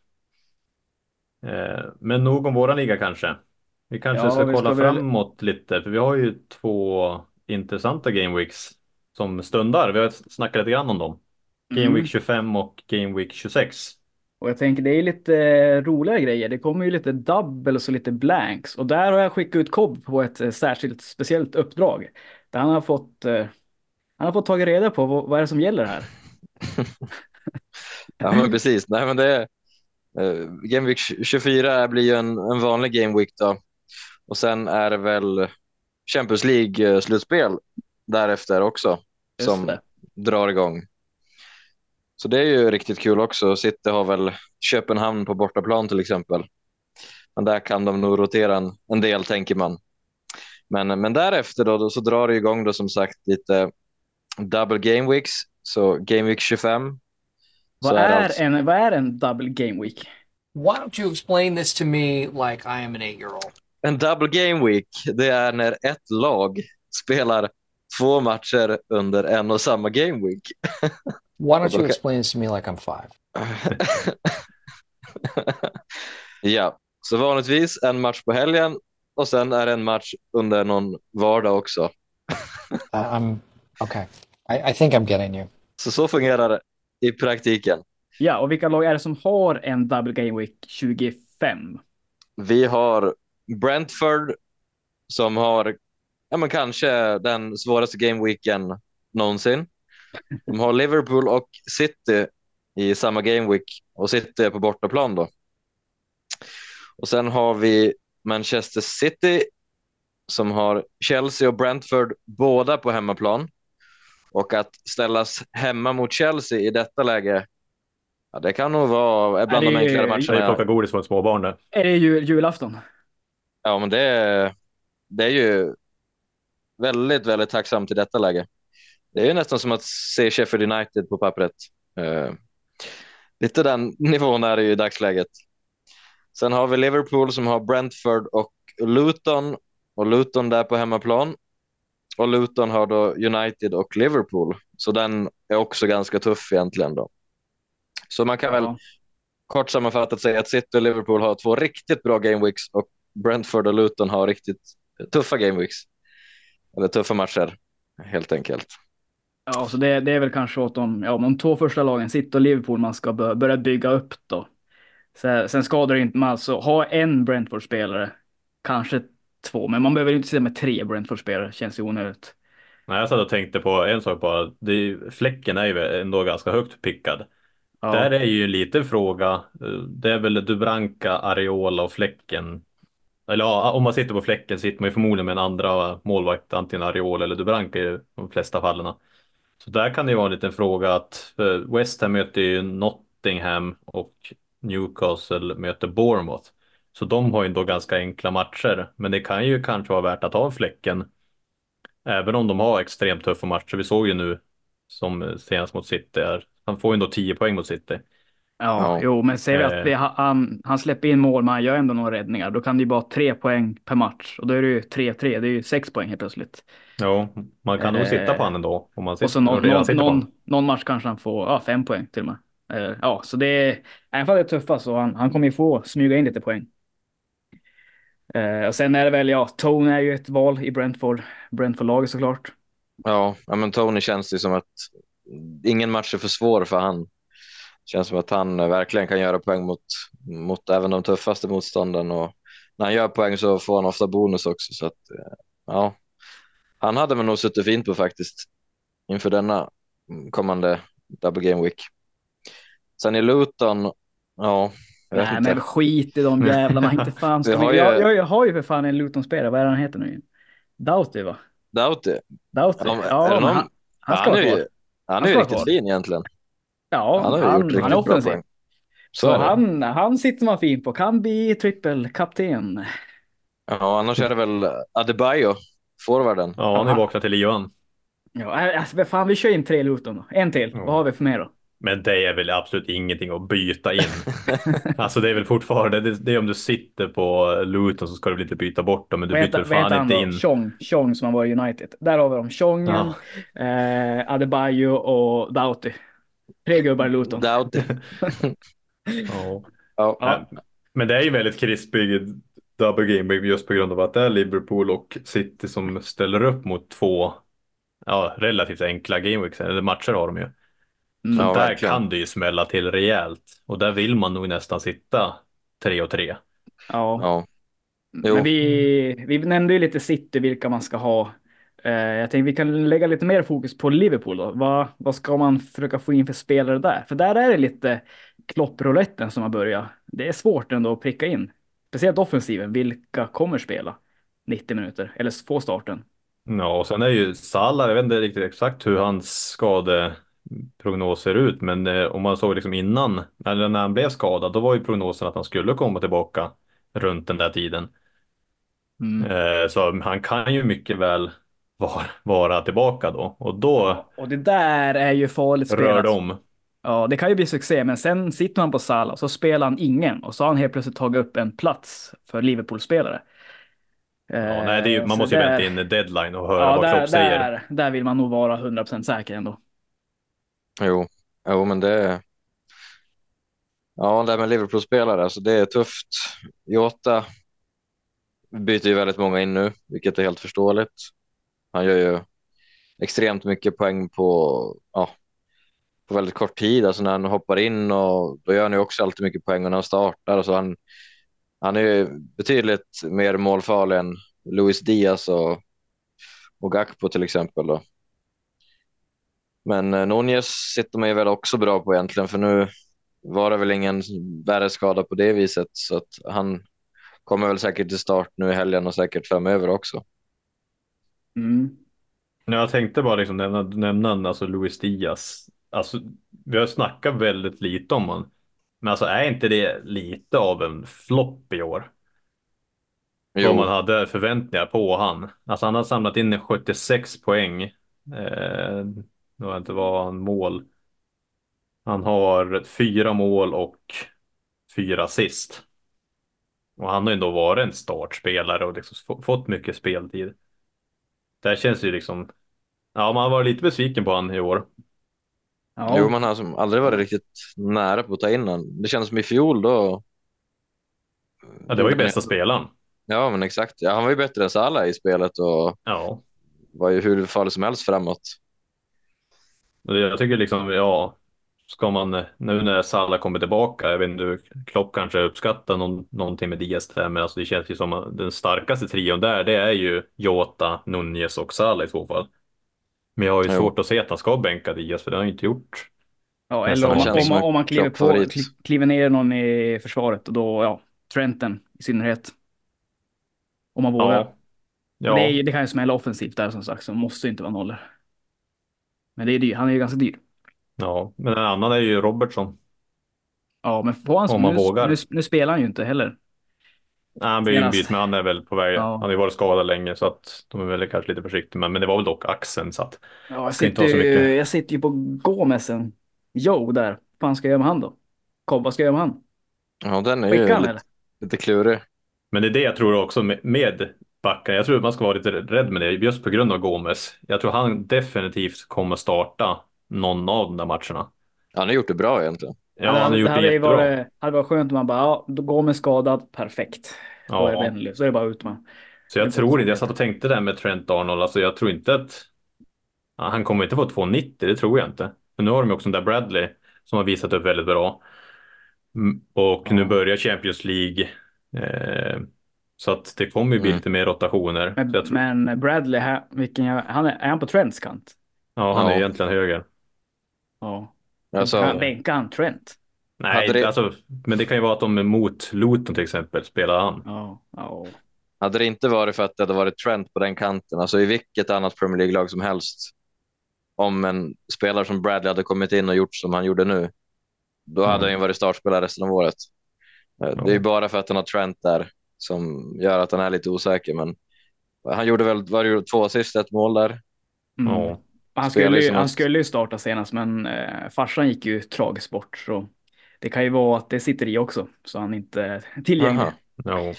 Eh, men nog om våran liga kanske. Vi kanske Ja, ska vi kolla ska väl- framåt lite, för vi har ju två intressanta gameweeks som stundar. Vi har snackat lite grann om dem. Game Mm. Week tjugofem och Game Week tjugosex. Och jag tänker det är lite eh, roliga grejer. Det kommer ju lite doubles och lite blanks. Och där har jag skickat ut Cobb på ett eh, särskilt speciellt uppdrag. Där han har fått, eh, han har fått tagit reda på vad, vad är det som gäller här. Ja, men precis. Nej, men det är, eh, Game Week tjugofyra blir ju en, en vanlig Game Week då. Och sen är det väl Champions League-slutspel därefter också Just som det. drar igång. Så det är ju riktigt kul också. City har väl Köpenhamn på bortaplan till exempel. Men där kan de nog rotera en, en del, tänker man. Men, men därefter då, då så drar det igång då som sagt lite double game weeks. Så Game Week tjugofem. Vad så är, det alltså- en, vad är en double game week? Why don't you explain this to me like I am an eight-year-old? En double game week, det är när ett lag spelar två matcher under en och samma game week. Why don't you Okay. explain this to me like I'm five? Ja, så vanligtvis en match på helgen och sen är det en match under någon vardag också. I, I'm okay. I, I think I'm getting you. Så så fungerar det i praktiken. Ja, och vilka lag är det som har en double game week tjugofem? Vi har Brentford som har ja, men kanske den svåraste gameweeken någonsin. De har Liverpool och City i samma gameweek och City är på bortaplan då. Och sen har vi Manchester City som har Chelsea och Brentford båda på hemmaplan. Och att ställas hemma mot Chelsea i detta läge, ja, det kan nog vara bland Är de det- enklare Det är matcherna. plocka godis från ett småbarn där. Är det jul, julafton? Ja, men det är, det är ju väldigt, väldigt tacksamt i detta läge. Det är ju nästan som att se Sheffield United på pappret. Uh, lite den nivån är det ju i dagsläget. Sen har vi Liverpool som har Brentford och Luton. Och Luton där på hemmaplan. Och Luton har då United och Liverpool. Så den är också ganska tuff egentligen då. Så man kan väl Ja. kort sammanfattat säga att City och Liverpool har två riktigt bra gameweeks och Brentford och Luton har riktigt tuffa gameweeks. Eller tuffa matcher, helt enkelt. Ja, så det, det är väl kanske åt de, ja, de två första lagen, City och Liverpool, man ska bör, börja bygga upp då. Sen, sen skadar det inte man alltså ha en Brentford-spelare, kanske två, men man behöver ju inte sitta med tre Brentford-spelare, känns ju onödigt. Nej, jag satt och tänkte på en sak bara. Det är, ju- Fläcken är ju ändå ganska högt pickad. Ja, Där är ju en liten fråga. eh, Det är väl Dubranka, Areola och Fläcken. Eller ja, om man sitter på Fläcken sitter man ju förmodligen med en andra målvakt, antingen Areola eller Dubranka i de flesta fallen. Så där kan det ju vara en liten fråga att eh, West Ham möter ju Nottingham och Newcastle möter Bournemouth. Så de har ju ändå ganska enkla matcher. Men det kan ju kanske vara värt att ha Fläcken. Även om de har extremt tuffa matcher. Vi såg ju nu som senast mot City här. Han får ju ändå tio poäng mot City. ja, Ja. jo, men ser vi att Eh. vi, han, han släpper in mål, men han gör ändå några räddningar, då kan det ju bara tre poäng per match. Och då är det ju tre tre, det är ju sex poäng helt plötsligt. Ja, man kan nog Eh. sitta på han ändå. Om man Och så sitter, någon, och redan någon, sitter på någon, han. någon match kanske han får ja, fem poäng till och med. Eh, ja, så det är, även om det är tuffa så han, han kommer ju få smyga in lite poäng. Eh, och sen är det väl, ja, Tone är ju ett val i Brentford, Brentford-laget såklart. Ja, ja, men Tony känns det som att ingen match är för svår för han. Känns som att han eh, verkligen kan göra poäng mot, mot även de tuffaste motstånden. Och när han gör poäng så får han ofta bonus också. Så att, eh, ja, han hade man nog suttit fint på faktiskt inför denna kommande double game week. Sen i Luton, ja, jag vet Nej, inte. men skit i de jävlarna, inte fan Vi ska har vi... ju- Jag, jag, jag har ju för fan en Luton-spelare, vad är det han heter nu igen? Doughty va? Doughty. Doughty? Ja, men Ja, är det men någon- han, han ska han vara är kvar. ju, han Han är ju ska vara riktigt kvar. fin egentligen. Ja, Han har ju han, gjort riktigt han är bra offensiv. poäng. Så är det. han, han sitter man fint på, kan bli trippelkapten. Ja, annars är det väl Adebayo, forwarden. Ja, han är Aha. vaknat till livan. Ja, alltså, vad fan, vi kör in tre Luton då. En till, Ja. vad har vi för mer då? Men det är väl absolut ingenting att byta in. Alltså det är väl fortfarande, det, det är om du sitter på Luton så ska du väl inte byta bort dem, men du Vad byter heter, väl vad heter fan han inte då? in. Chong, Chong som har varit i United. Där har vi dem. Chongen, eh, Adebayo och Doughty. Tre gubbar i Luton. Doughty. Ja. Ja. Ja, Äh, Men det är ju väldigt krispig double game just på grund av att det är Liverpool och City som ställer upp mot två ja, relativt enkla gameweeks, eller matcher har de ju. Mm. Så Ja, där verkligen. kan det ju smälla till rejält. Och där vill man nog nästan sitta tre och tre. ja. Ja. Jo. Men vi, vi nämnde ju lite City, vilka man ska ha. Eh, jag tänkte vi kan lägga lite mer fokus på Liverpool då. Vad, vad ska man försöka få in för spelare där? För där är det lite klopprouletten som har börjat. Det är svårt ändå att pricka in. Speciellt offensiven. Vilka kommer spela nittio minuter? Eller få starten? Ja, och sen är ju Salah, jag vet inte riktigt exakt hur hans skadeprognos ser ut, men eh, om man såg liksom innan, eller när han blev skadad, då var ju prognosen att han skulle komma tillbaka runt den där tiden. Mm. Eh, så han kan ju mycket väl vara, vara tillbaka då, och då Ja, och det där är ju farligt rör spelat. det om. Ja, det kan ju bli succé, men sen sitter man på Salah och så spelar han ingen och så har han helt plötsligt tagit upp en plats för Liverpool-spelare. Ja, nej, det är ju, man Så måste ju där- vänta in deadline och höra Ja, vad där, Klopp säger. där, där vill man nog vara hundra procent säker ändå. Jo. Jo, men det ja, det här med Liverpool-spelare, alltså det är tufft. Jota byter ju väldigt många in nu, vilket är helt förståeligt. Han gör ju extremt mycket poäng på ja, på väldigt kort tid. Alltså när han hoppar in, och då gör han ju också alltid mycket poäng när han startar. Och så han, han är ju betydligt mer målfarlig än Luis Diaz och, och Gakpo till exempel då. Men eh, Nunez sitter man ju väl också bra på egentligen, för nu var det väl ingen värre skada på det viset, så att han kommer väl säkert till start nu i helgen och säkert framöver också. Mm. Jag tänkte bara liksom nämna, nämna alltså Luis Diaz. Alltså, vi har snackat väldigt lite om honom. Men alltså är inte det lite av en flopp i år? Vad man Jo, hade förväntningar på han. Alltså han har samlat in sjuttiosex poäng. Eh, det var inte var han mål. Han har fyra mål och fyra assist. Och han har ju då varit en startspelare och liksom få- fått mycket speltid. Det här känns ju liksom... Ja, man har varit lite besviken på han i år. Ja. jo, man har som aldrig varit riktigt nära på att ta in han. Det kändes som i fjol då. Ja, det var ju gjorde han bästa spelaren. Ja, men exakt. Ja, han var ju bättre än Salah i spelet och Ja. var ju hur farlig som helst framåt. Och det- Jag tycker liksom, ja, ska man nu när Salah kommer tillbaka, jag vet inte hur Klopp kanske uppskattar någon, någonting med Diaz där, men alltså det känns ju som att den starkaste trion där, det är ju Jota, Nunez och Salah i så fall. Men jag har ju Jo. svårt att se att han ska bänka Diaz, för det har han ju inte gjort. Ja, Nästan eller om han man, känns om som man, en om man kliver, på, klockfavorit. kli- kliver ner någon i försvaret, och då, ja, Trenten i synnerhet. Om man vågar. Ja, Men det, är, ja, ju- det kan ju smälla offensivt där som sagt, så det måste ju inte vara nollor. Men det är dyr. Han är ju ganska dyr. ja. Men en annan är ju Robertson, Ja, men får han, om man nu, vågar. nu, nu spelar han ju inte heller. Nej, han blir ju Senast. inbytt, men han är väl på väg. Ja. Han har ju varit skadad länge, så att de är väl kanske lite försiktiga. Men, men det var väl dock axeln, så att Ja, jag ska inte sitter, ha så ju, mycket. jag sitter ju på Gomesen. Jo, där. Vad fan ska jag göra med han då? Kobba ska jag göra med han? Ja, den är Skicka ju han lite, eller? lite klurig. Men det är det jag tror också med, med backen. Jag tror att man ska vara lite rädd med det just på grund av Gomes. Jag tror han definitivt kommer starta någon av de där matcherna. Han har gjort det bra egentligen. Ja, det han har hade, gjort det det hade ju jättebra. varit, hade varit skönt om man bara, ja, då går med skadad, perfekt. Då är det Ja, Benley, så är det bara ut med. så Det är jag på tror inte, jag samvete. satt och tänkte där med Trent Arnold, alltså jag tror inte att ja, han kommer inte få två nittio, det tror jag inte. Men nu har de ju också den där Bradley som har visat upp väldigt bra. Mm, och nu Ja. börjar Champions League. Eh, så att det kommer ju bli Mm. lite mer rotationer. Så Men, jag tror, men Bradley, här, vilken, jag- han är, är han på Trents kant? ja, han är Ja. egentligen höger. Ja. Alltså, Kan bänka han Trent? Nej, Hade det- alltså, men det kan ju vara att de är mot Luton till exempel spelar han. Ja. Ja. hade det inte varit för att det hade varit Trent på den kanten, alltså i vilket annat Premier League-lag som helst, om en spelare som Bradley hade kommit in och gjort som han gjorde nu, då hade Mm. han ju varit startspelare resten av året. Eh, Det är ju bara för att han har Trent där som gör att han är lite osäker, men han gjorde väl var det gjorde två assist, ett mål där. Mm. Ja. Han, Spelar skulle, ju ju- som han att- skulle ju starta senast, men eh, farsan gick ju tragiskt bort. Så det kan ju vara att det sitter i också, så han inte är tillgänglig. Aha. Ja.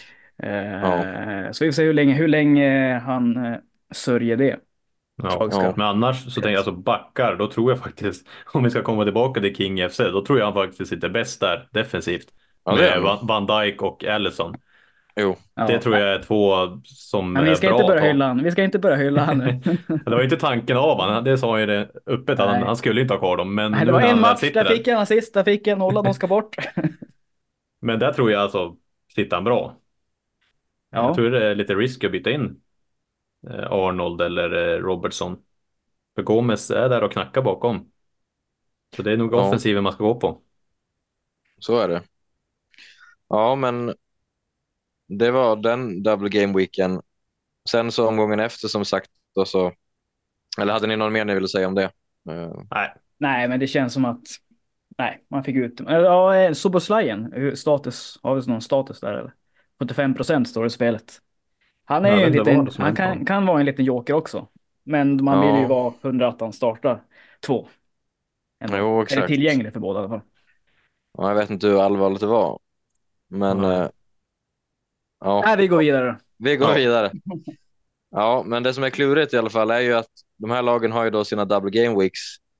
Eh, Så vi får se hur länge, hur länge han eh, sörjer det. Ja. Tragiska. Ja. Men annars så tänker jag alltså backar, då tror jag faktiskt, om vi ska komma tillbaka till King F C, då tror jag han faktiskt sitter bäst där defensivt. Ja, det med är han. Van, Van Dijk och Allison. Jo, Ja. Det tror jag är två som Men är vi ska bra inte börja att ha. hylla han. Vi ska inte börja hylla han nu. Det var ju inte tanken av han, det sa han ju det öppet, att han, Nej. han skulle inte ha kvar dem. Men Nej, nu det var när en han väl match, sitter där fick jag en assist, där fick jag en nolla, de ska bort. Men där tror jag alltså, sitter han bra. Jag Ja, tror det är lite risk att byta in eh, Arnold eller eh, Robertson. För Gomes är där och knackar bakom. Så det är nog Ja. offensiven man ska gå på. så är det. Ja, men det var den double game weekend. Sen så omgången efter som sagt då så, eller hade ni någon mer ni ville säga om det? Eh, Nej, nej, men det känns som att nej, man fick ut. Ja, eh, Soboslajen, hur status, har vi någon status där eller? sjuttiofem procent står det i spelet. Han är Jag ju vet en inte vad liten, det som han hänt kan, honom. kan vara en liten joker också. Men man vill ju Ja. vara hundra att han startar två. Ändå. Jo, Är det exakt. tillgängligt för båda i alla fall? ja, jag vet inte hur allvarligt det var, men Nej. eh, ja, Nej, vi går vidare. vi går Ja. vidare. Ja, men det som är klurigt i alla fall är ju att de här lagen har ju då sina double game weeks.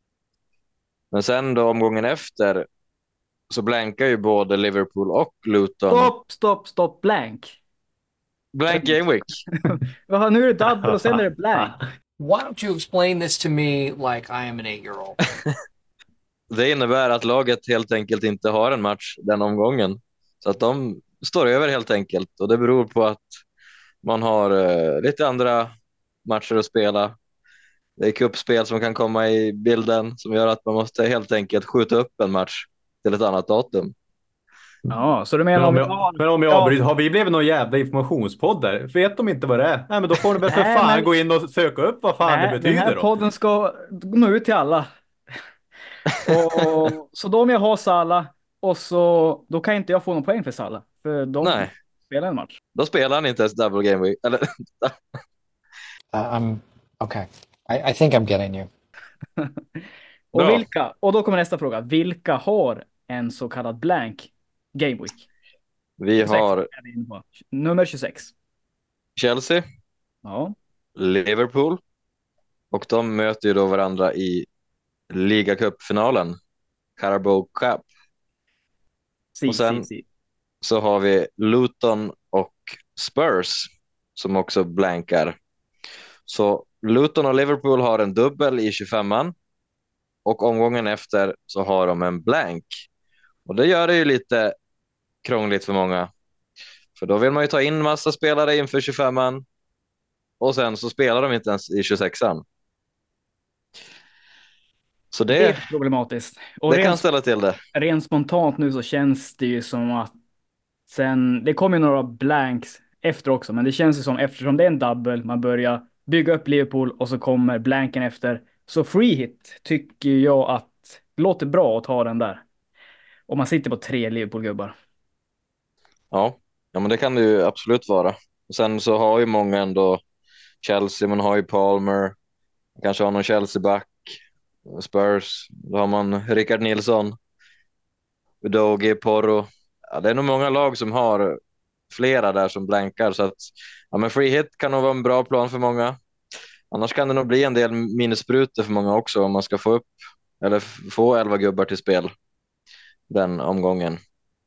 Men sen då omgången efter så blankar ju både Liverpool och Luton. Stopp, stopp, stopp, blank. Blank game week. Jaha, nu är det double och sen är det blank. Why don't you explain this to me like I am an eight-year-old? det innebär att laget helt enkelt inte har en match den omgången. Så att de står över helt enkelt, och det beror på att man har eh, lite andra matcher att spela. Det är cupspel som kan komma i bilden som gör att man måste helt enkelt skjuta upp en match till ett annat datum. Ja, så du Men menar om om vi jag, har... men om jag ja, avbryter, har vi blivit någon jävla informationspodd där? Vet de inte vad det är? Nej, men då får de väl för Nej, fan men- gå in och söka upp vad fan nej, det den här betyder då. podden ska nå ut till alla. Och, så då om jag har Salah, och så, då kan inte jag få någon poäng för Salah. För de Nej, spelar en match. då spelar han inte ens double game week. Eller, Uh, I'm okay. I, I think I'm getting you. Och, Bra. vilka, och då kommer nästa fråga. Vilka har en så kallad blank game week? vi tjugosex har är vi inne på. Nummer tjugosex. Chelsea, Ja. Liverpool, och de möter ju då varandra i ligacupfinalen, Carabao Cup. Si, Och sen- si, si. Så har vi Luton och Spurs som också blankar. Så Luton och Liverpool har en dubbel i tjugofemman, och omgången efter så har de en blank. Och det gör det ju lite krångligt för många. För då vill man ju ta in massa spelare inför tjugofemman, och sen så spelar de inte ens i tjugosexan. Så Det det, är problematiskt. Och det kan rent, ställa till det. rent spontant nu så känns det ju som att sen, det kommer ju några blanks efter också, men det känns ju som, eftersom det är en double, man börjar bygga upp Liverpool och så kommer blanken efter. Så free hit tycker jag att det låter bra att ta den där. Om man sitter på tre Liverpool-gubbar. Ja, ja, men det kan det ju absolut vara. Och sen så har ju många ändå Chelsea, man har ju Palmer, man kanske har någon Chelsea-back, Spurs, då har man Rickard Nilsson, Udogi, Porro. Ja, det är nog många lag som har flera där som blankar, så att ja, men free hit kan nog vara en bra plan för många. Annars kan det nog bli en del minussprutor för många också om man ska få upp eller f- få elva gubbar till spel den omgången.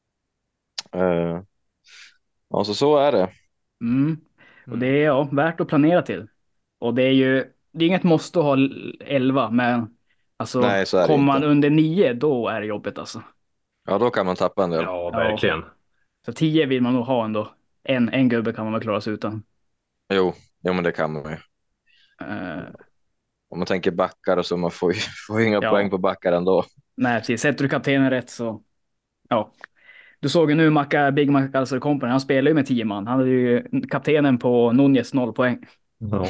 Uh, ja, så så är det. Mm. Och det är ja, värt att planera till. Och det är ju, det är inget måste att ha elva, men alltså, Nej, så är det kommer man inte. under nio, då är det jobbigt alltså. Ja, då kan man tappa en del. Ja, verkligen. Så tio vill man nog ha ändå. En, en gubbe kan man väl klara sig utan. Jo, jo, men det kan man ju. Eh, Om man tänker backar och så, man får ju, får ju inga Ja. poäng på backar ändå. nej, precis. Sätter du kaptenen rätt så, ja. Du såg ju nu Macca, Big Mac alltså Company, han spelar ju med tio man. Han hade ju kaptenen på Nunez noll poäng. Ja.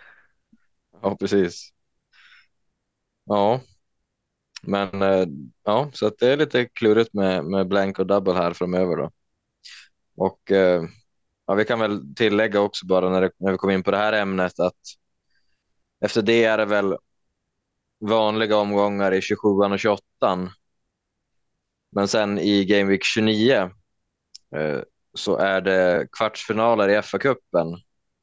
Ja, precis. Ja, men eh, ja, så att det är lite klurigt med, med blank och double här framöver då. Och eh, ja, vi kan väl tillägga också bara när, det, när vi kommer in på det här ämnet att efter det är det väl vanliga omgångar i tjugosjuan och tjugoåttan. Men sen i Game Week tjugonio eh, så är det kvartsfinaler i F A-cupen.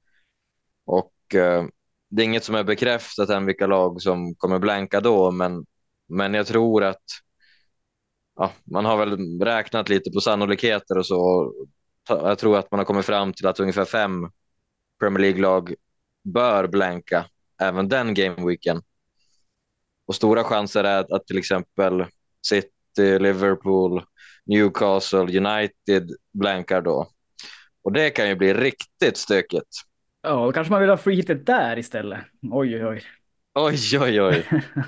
Och eh, det är inget som är bekräftat än vilka lag som kommer blanka då, men, men jag tror att ja, man har väl räknat lite på sannolikheter och så. Jag tror att man har kommit fram till att ungefär fem Premier League-lag bör blanka även den gameweeken. Och stora chanser är att, att till exempel City, Liverpool, Newcastle, United blankar då. Och det kan ju bli riktigt stökigt. Ja, då kanske man vill ha free hitet där istället. Oj, oj, oj. Oj, oj, oj.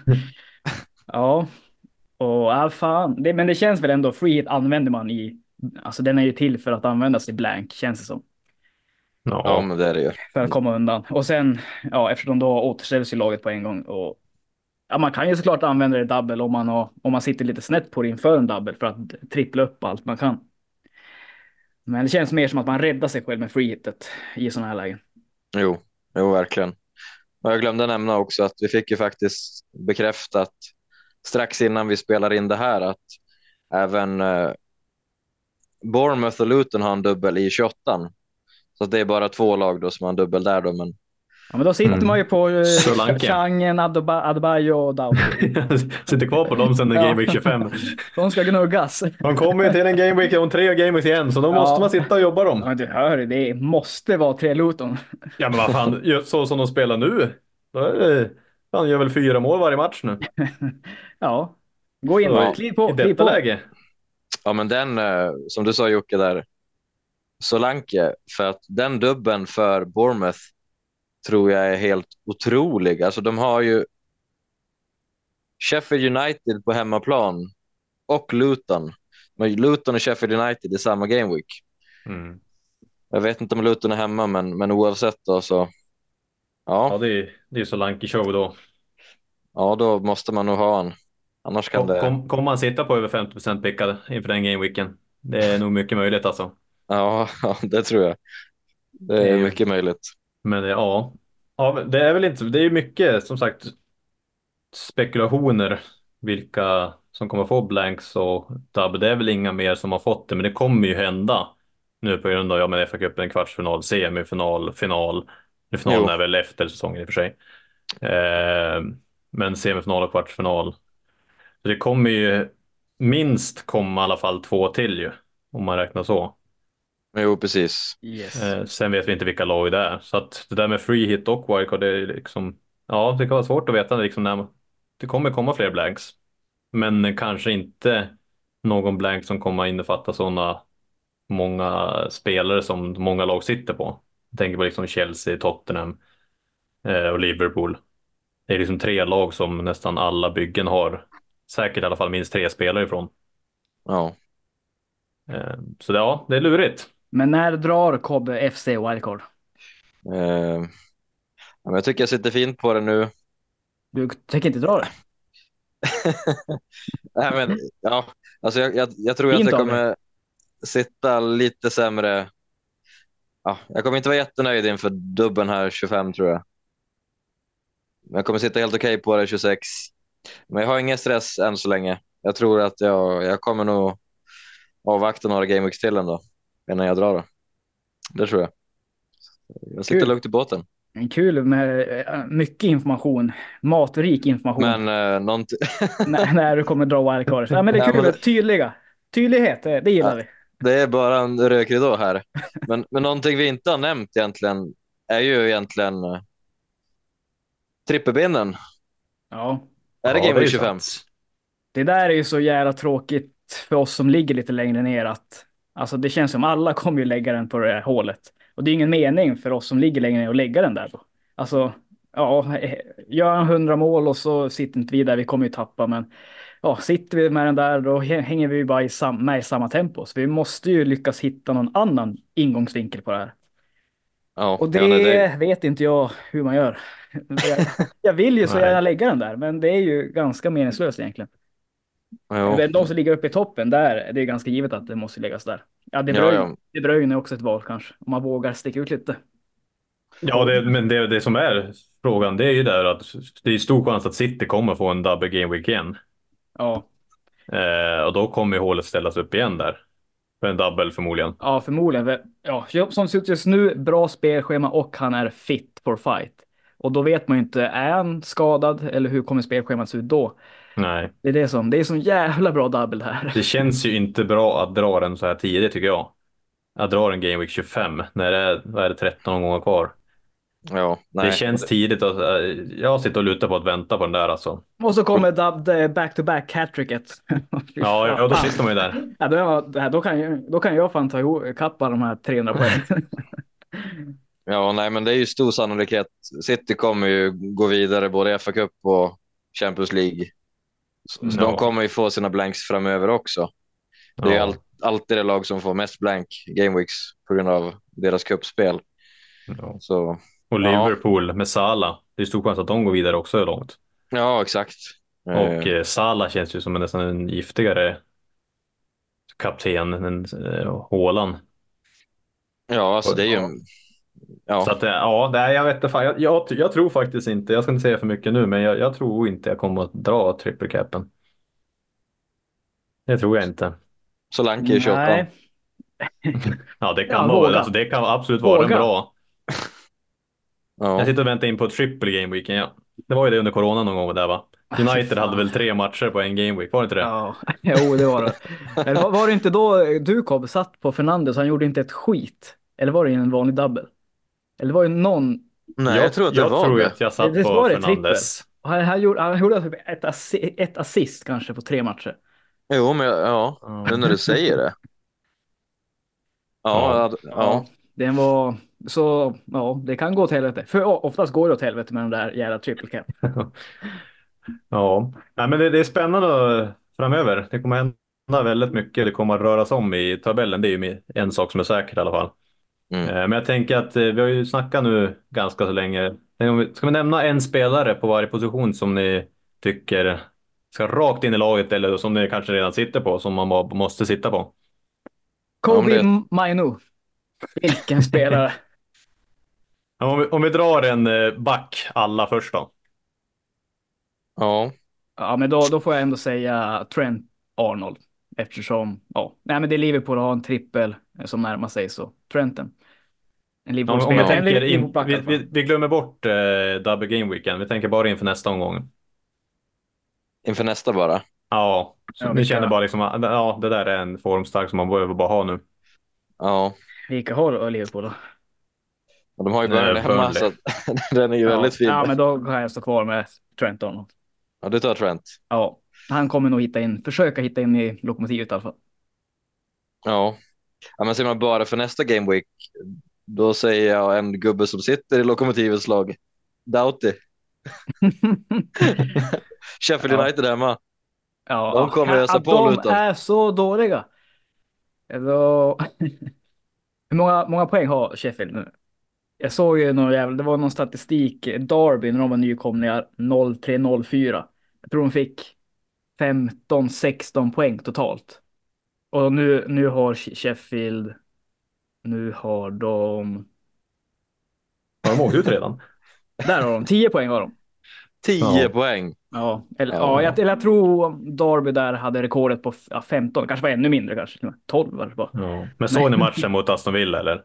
Ja, och ja, fan. Det, men det känns väl ändå, free hit använder man i, alltså den är ju till för att användas i blank, känns det som. Ja, Ja. men det är det ju. För att komma undan. Och sen, ja, eftersom då återställs ju laget på en gång. Och ja, man kan ju såklart använda det double om man, har, om man sitter lite snett på det inför en double för att trippla upp allt man kan. Men det känns mer som att man räddar sig själv med free hitet i sådana här lägen. Jo, jo, verkligen. Och jag glömde nämna också att vi fick ju faktiskt bekräftat strax innan vi spelar in det här att även eh, Bournemouth och Luton har en dubbel i tjugoåttan. Så att det är bara två lag då som har en dubbel där då, men Ja, men då sitter Mm. man ju på uh, Solanke. Changen, Adebayo Adebayo och Doughty. Sitter kvar på dem sen i Ja. Game Week tjugofem. De ska gnuggas. Man kommer ju till en Game Week om tre Game Weeks igen, så då Ja. måste man sitta och jobba Ja, dem. men du hör, det måste vara tre Luton. Ja, men vad fan, ju- så som de spelar nu, då är det, han gör väl fyra mål varje match nu. Ja, Gå in, Så, kliv I på, kliv detta på. läge. Ja, men den, eh, som du sa Jocke där, Solanke, för att den dubben för Bournemouth tror jag är helt otrolig. Alltså de har ju Sheffield United på hemmaplan och Luton. Men Luton och Sheffield United i samma game week. Mm. Jag vet inte om Luton är hemma, men, men oavsett då så Ja, ja, det är, det är så Lanky show då. ja, då måste man nog ha en. Annars kan Kom, det... kom, kommer man sitta på över femtio procent pickad inför den gameweeken? Det är nog mycket möjligt alltså. Ja, ja, det tror jag. Det Det är är ju- mycket möjligt. Men det- ja, ja men det är väl inte, det är ju mycket som sagt spekulationer vilka som kommer få blanks och double. Det är väl inga mer som har fått det, men det kommer ju hända nu på grund av ja, men F A-cupen, kvartsfinal, semifinal, final. Nu finalen Jo. är väl efter säsongen i och för sig. Eh, men semifinal och kvartsfinal. Så det kommer ju minst komma i alla fall två till ju, om man räknar så. Jo, precis. Yes. Eh, sen vet vi inte vilka lag det är. Så att det där med free hit och wildcard, det är liksom, ja, det kan vara svårt att veta liksom när det kommer komma fler blanks. Men kanske inte någon blank som kommer innefatta sådana många spelare som många lag sitter på. Jag tänker på liksom Chelsea, Tottenham eh, och Liverpool. Det är liksom tre lag som nästan alla byggen har säkert i alla fall minst tre spelare ifrån. Ja. Eh, så det, ja, det är lurigt. Men när drar Kobe F C wildcard? Eh, ja, men jag tycker jag sitter fint på det nu. Du tänker inte dra det? Nej, men, ja, alltså jag, jag, jag tror att Fint jag av dig. kommer sitta lite sämre. Ja, jag kommer inte vara jättenöjd inför dubben här tjugofem tror jag. Men jag kommer sitta helt okej på det tjugosex. Men jag har ingen stress än så länge. Jag tror att jag, jag kommer nog avvakta några gameweeks till ändå innan jag drar det. Det tror jag. Jag sitter Kul. lugnt i båten. Kul med eh, mycket information. Matrik information. Men eh, någonting... när, när du kommer dra wildcard. Ja, men det är Ja, kul men- med tydliga. Tydlighet, det, det gillar Ja. vi. Det är bara en rökridå här. Men, men någonting vi inte har nämnt egentligen är ju egentligen eh, trippelbenen. Ja. Är det Ja, Game är Week ju tjugofem? sant. Det där är ju så jävla tråkigt för oss som ligger lite längre ner att alltså det känns som alla kommer ju lägga den på det här hålet. Och det är ingen mening för oss som ligger längre ner att lägga den där då. Alltså, ja, eh, gör en hundra mål och så sitter inte vi där, vi kommer ju tappa, men ja, sitter vi med den där då hä- hänger vi ju bara i sam- med i samma tempo. Så vi måste ju lyckas hitta någon annan ingångsvinkel på det här. Ja, Och det, ja, nej, det... vet inte jag hur man gör. Jag, jag vill ju så Nej. gärna lägga den där, men det är ju ganska meningslöst egentligen. Jo. Men de som ligger uppe i toppen där, det är ganska givet att det måste läggas där. Ja, det Ja, Bruyne, ja. det Bruyne är också ett val kanske, om man vågar sticka ut lite. Ja, det, men det, det som är frågan, det är ju där att det är stor chans att City kommer få en double game week igen. Ja, Eh, och då kommer ju hålet ställas upp igen där. För en double förmodligen. ja förmodligen. Ja, som det ser ut just nu, bra spelschema och han är fit for fight. Och då vet man ju inte, är han skadad eller hur kommer spelschemat se ut då? Nej, Det är det som, det är som jävla bra double här. det känns ju inte bra att dra den så här tidigt tycker jag. Att dra en game week tjugofem när det är, vad är det, tretton gånger kvar. Ja, nej. Det känns tidigt att eh, jag sitter och lutar på att vänta på den där alltså. Och så kommer dubbed back-to-back hattricket. Ja, ja, då sitter man ju där. Ja, då, då, kan jag, då kan jag fan ta ihop- kappa de här trehundra poäng. Ja, nej, men det är ju stor sannolikhet. City kommer ju gå vidare både i F A-cup och Champions League. Så så Ja. de kommer ju få sina blanks framöver också. Det är ju Ja. all, alltid det lag som får mest blank game weeks på grund av deras cupspel. Ja. Så Och Liverpool med Salah. Det är stor chans att de går vidare också långt. ja, exakt. Och Eh, eh, Salah känns ju som en nästan en giftigare kapten än eh, Haaland. ja, alltså det är ju... Ja. Ja, Så att, eh, ja, nej, jag vet inte fan. Jag, jag, jag tror faktiskt inte, jag ska inte säga för mycket nu, men jag, jag tror inte jag kommer att dra trippelcapen. Det tror jag inte. Solanke är tjugoåtta. Nej. Ja, det kan, Ja, vara, våga. alltså, det kan absolut vara en Våga. bra. Jag Ja. sitter och väntar in på triple game weeken. Ja. Det var ju det under corona någon gång där va? Ah, fy United fan. hade väl tre matcher på en game week, var det inte det? Ja, jo det var det. Eller var, var det inte då du kom satt på Fernandes, han gjorde inte ett skit? Eller var det en vanlig double? Eller var det någon... Nej, jag, tror att det jag var tror det. att jag satt Det på var det Fernandes. Han, han gjorde, han gjorde typ ett, assi, ett assist kanske på tre matcher. Jo, men ja, Ja. nu när du säger det. Ja, Ja. ja. Ja, ja. den var så, ja, det kan gå åt helvete. För ja, oftast går det åt helvete med de där jävla triple cap. Ja, nej, men det, det är spännande framöver. Det kommer hända väldigt mycket. Det kommer att röras om i tabellen. Det är ju en sak som är säker i alla fall. Mm. Eh, Men jag tänker att eh, vi har ju snackat nu ganska så länge. Eh, om vi- Ska vi nämna en spelare på varje position som ni tycker ska rakt in i laget eller som ni kanske redan sitter på, som man bara måste sitta på? Kobe det- Mainu. Vilken spelare. Ja, Om vi, om vi drar en eh, back alla först då. Ja. Ja, men då, då får jag ändå säga Trent Arnold. Eftersom, ja, nej men det är Liverpool har en trippel som närmar sig så. Trenten. En Ja, om vi Liverpool-spelare. En tänker in, Liverpool-back i vi, alla fall. vi, vi glömmer bort eh, double game weekend. Vi tänker bara inför nästa omgång. Inför nästa bara. Ja, så Ja, ni vilka- känner bara liksom att ja, det där är en formstark som man behöver bara ha nu. Ja. Vilka har då Liverpool då? Och de har ju Eh, Burnley hemma, Burnley. så att den är ju Ja. väldigt fin. Ja, Ja, men då kan jag stå kvar med Trent Arnold. du tar Trent. Ja, han kommer nog hitta in, försöka hitta in i lokomotivet i alla fall. Ja. Ja, men ser man bara för nästa game week, då säger jag en gubbe som sitter i Lokomotivets lag. Doughty. Sheffield Ja. United hemma. Ja, De kommer ösa att på de Luton. är så dåliga. Då... Hur många, många poäng har Sheffield nu? Jag såg ju någon jävla, det var någon statistik, Derby när de var nykomlingar noll tre noll fyra. Jag tror de fick femton sexton poäng totalt. Och nu, nu har Sheffield, nu har de, Har de åkt ut redan? där har de tio poäng har de. tio Ja. poäng. Ja, eller, Ja. ja. jag, eller jag tror Derby där hade rekordet på ja, femton, kanske var ännu mindre kanske, tolv var det bara. Ja. Men såg ni matchen mot Aston Villa eller?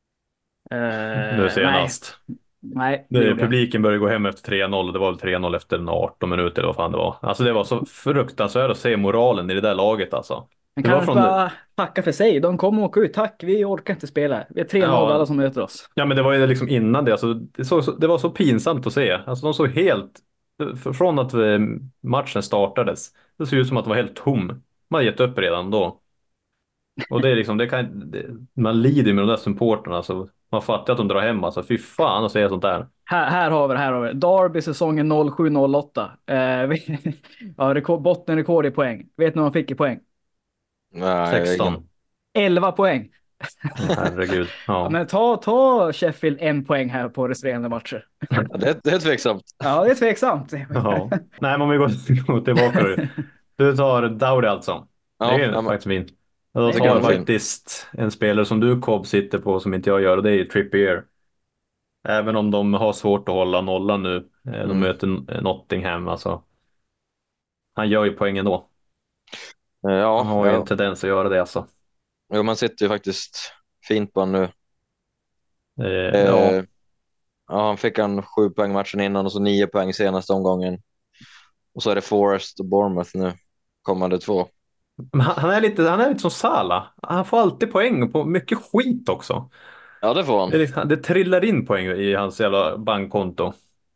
Eh, Nu senast. Nej, det Det, gjorde jag. publiken började gå hem efter tre noll och det var väl tre noll efter arton minuter eller vad fan det var. Alltså det var så fruktansvärt att se moralen i det där laget alltså. Men Det var kanske från bara tacka för sig. De kommer åka ut. Tack, vi orkar inte spela. Vi är tre noll Ja. alla som möter oss. Ja men det var ju liksom innan det, alltså, det, så, så, det var så pinsamt att se. Alltså de såg helt, f- från att eh, matchen startades, det såg ut som att det var helt tom. Man hade gett upp redan då. Och det är liksom, det kan, det, man lider med de där supporterna, alltså. Man fattar att de drar hem, alltså fy fan att säga sånt där. Här, här har vi det. Här har vi det. Derby säsongen noll sju noll åtta. Eh, vi- ja, rekord, bottenrekord i poäng. Vet ni vad man fick i poäng? Nej, sexton. elva poäng. Herregud. Ja, Ja. men ta, ta Sheffield en poäng här på resterande matcher. Ja, det, det är tveksamt. Ja, det är tveksamt. Ja. Nej, men om vi går, går tillbaka då. Du tar Dowdy alltså. Ja, Det är ja, men- faktiskt min. Då Det tar kan jag vara fin. faktiskt en spelare som du Cobb sitter på som inte jag gör och det är Trippier. Även om de har svårt att hålla nollan nu. eh, De Mm. möter Nottingham alltså. Han gör ju poäng ändå. Eh, Ja, Han har ju ja. en tendens att göra det alltså. Jo, man sitter ju faktiskt fint på honom nu. Eh, Eh, ja. Ja, han fick han sju poäng matchen innan och så nio poäng senaste omgången. Och så är det Forest och Bournemouth nu, kommande två. Men han, han är lite, han är lite som Salah. Han får alltid poäng på mycket skit också. Ja, det får han. Det, är liksom, det trillar in poäng i hans jävla bankkonto.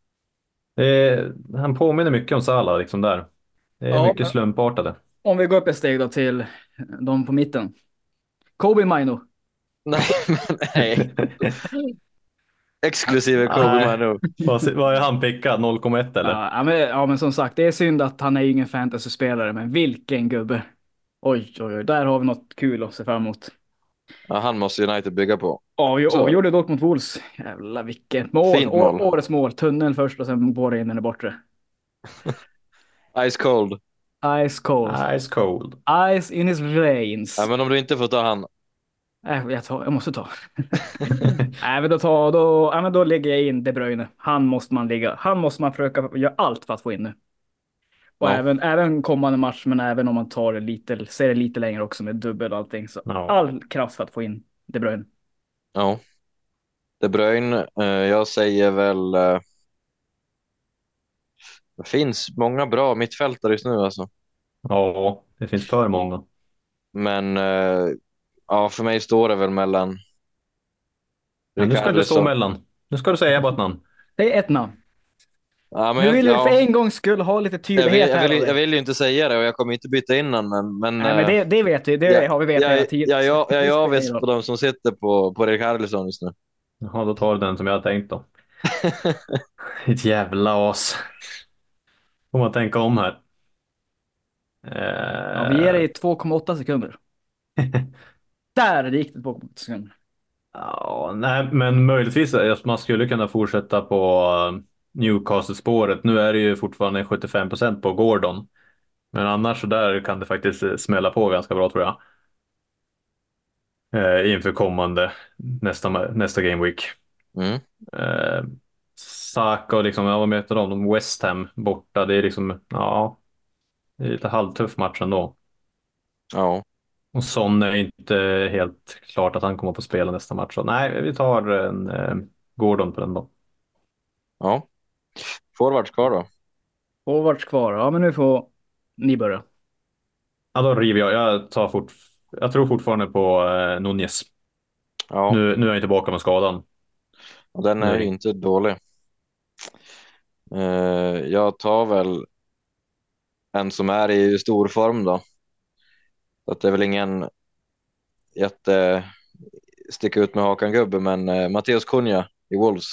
Eh, han påminner mycket om Salah liksom där. Det är Ja, mycket men- slumpartade. Om vi går upp ett steg då till de på mitten. Kobe Maino. Nej, men nej. Exklusive Kobe Nej. Manu. vad, vad är han pickad? noll komma ett eller? Ja, ja, men, ja, men som sagt, det är synd att han är ju ingen fantasyspelare, men vilken gubbe. Oj, oj, oj, där har vi något kul att se fram emot. Ja, han måste United bygga på. Ja, Så. gjorde dock mot Wolves. Jävlar vilket mål. Fint mål. Å, årets mål. Tunneln först och sen borra in den i bortre. Ice cold. Ice cold. Ice cold. Ice in his veins. Ja, men om du inte får ta han. Äh, jag, tar, jag måste ta. Nej, men då, tar, då, ja, men då lägger jag in De Bruyne. Han måste man ligga. Han måste man försöka göra allt för att få in nu. Och Ja. även, även kommande match, men även om man tar det lite, ser det lite längre också med dubbel och allting. Så Ja. all kraft för att få in De Bruyne. Ja. De Bruyne, eh, jag säger väl... Eh, det finns många bra mittfältare just nu alltså. Ja, det finns för många. Men eh, ja, för mig står det väl mellan... Men nu ska du stå Richarlison. mellan. Nu ska du säga bara ett namn. Det är ett namn. Ja, men Nu jag, vill vi för ja, en gångs skull ha lite jag, vill, tydlighet jag, här. vill, av dig. jag vill ju inte säga det och jag kommer inte byta in någon, men, men, Nej, men eh, det, det vet vi. Det jag, har vi vetat hela jag, tiden. jag, jag, jag Det är spelar avis ingen på roll. de som sitter på, på Rick Harrison just nu. Jaha, då tar du den som jag har tänkt då. Ett jävla as. Får man tänka om här. Ja, vi ger Eh, dig två komma åtta sekunder. Där gick det två komma åtta sekunder. ja, nej, men möjligtvis att man skulle kunna fortsätta på eh, Newcastle-spåret. Nu är det ju fortfarande sjuttiofem procent på Gordon. Men annars så där kan det faktiskt eh, smälla på ganska bra tror jag. Eh, inför kommande nästa, nästa game week. Mm. Eh, Saka och liksom, ja, vad möter de? De West Ham borta. Det är liksom, ja, det är lite halvtuff match ändå. Ja, Och Son är inte helt klart att han kommer att få spela nästa match. Så nej, vi tar en eh, Gordon på den då. ja. Forwards kvar då. Forwards kvar. Ja, men nu får ni börja. Ja, då river jag. Jag, tar fort, jag tror fortfarande på eh, Nunez. Ja, Nu, nu är jag tillbaka med skadan. och den är ju Nej. inte dålig. Eh, jag tar väl en som är i stor form då. Så att det är väl ingen jätte sticka ut med hakan gubbe, men eh, Matteus Cunha i Wolves.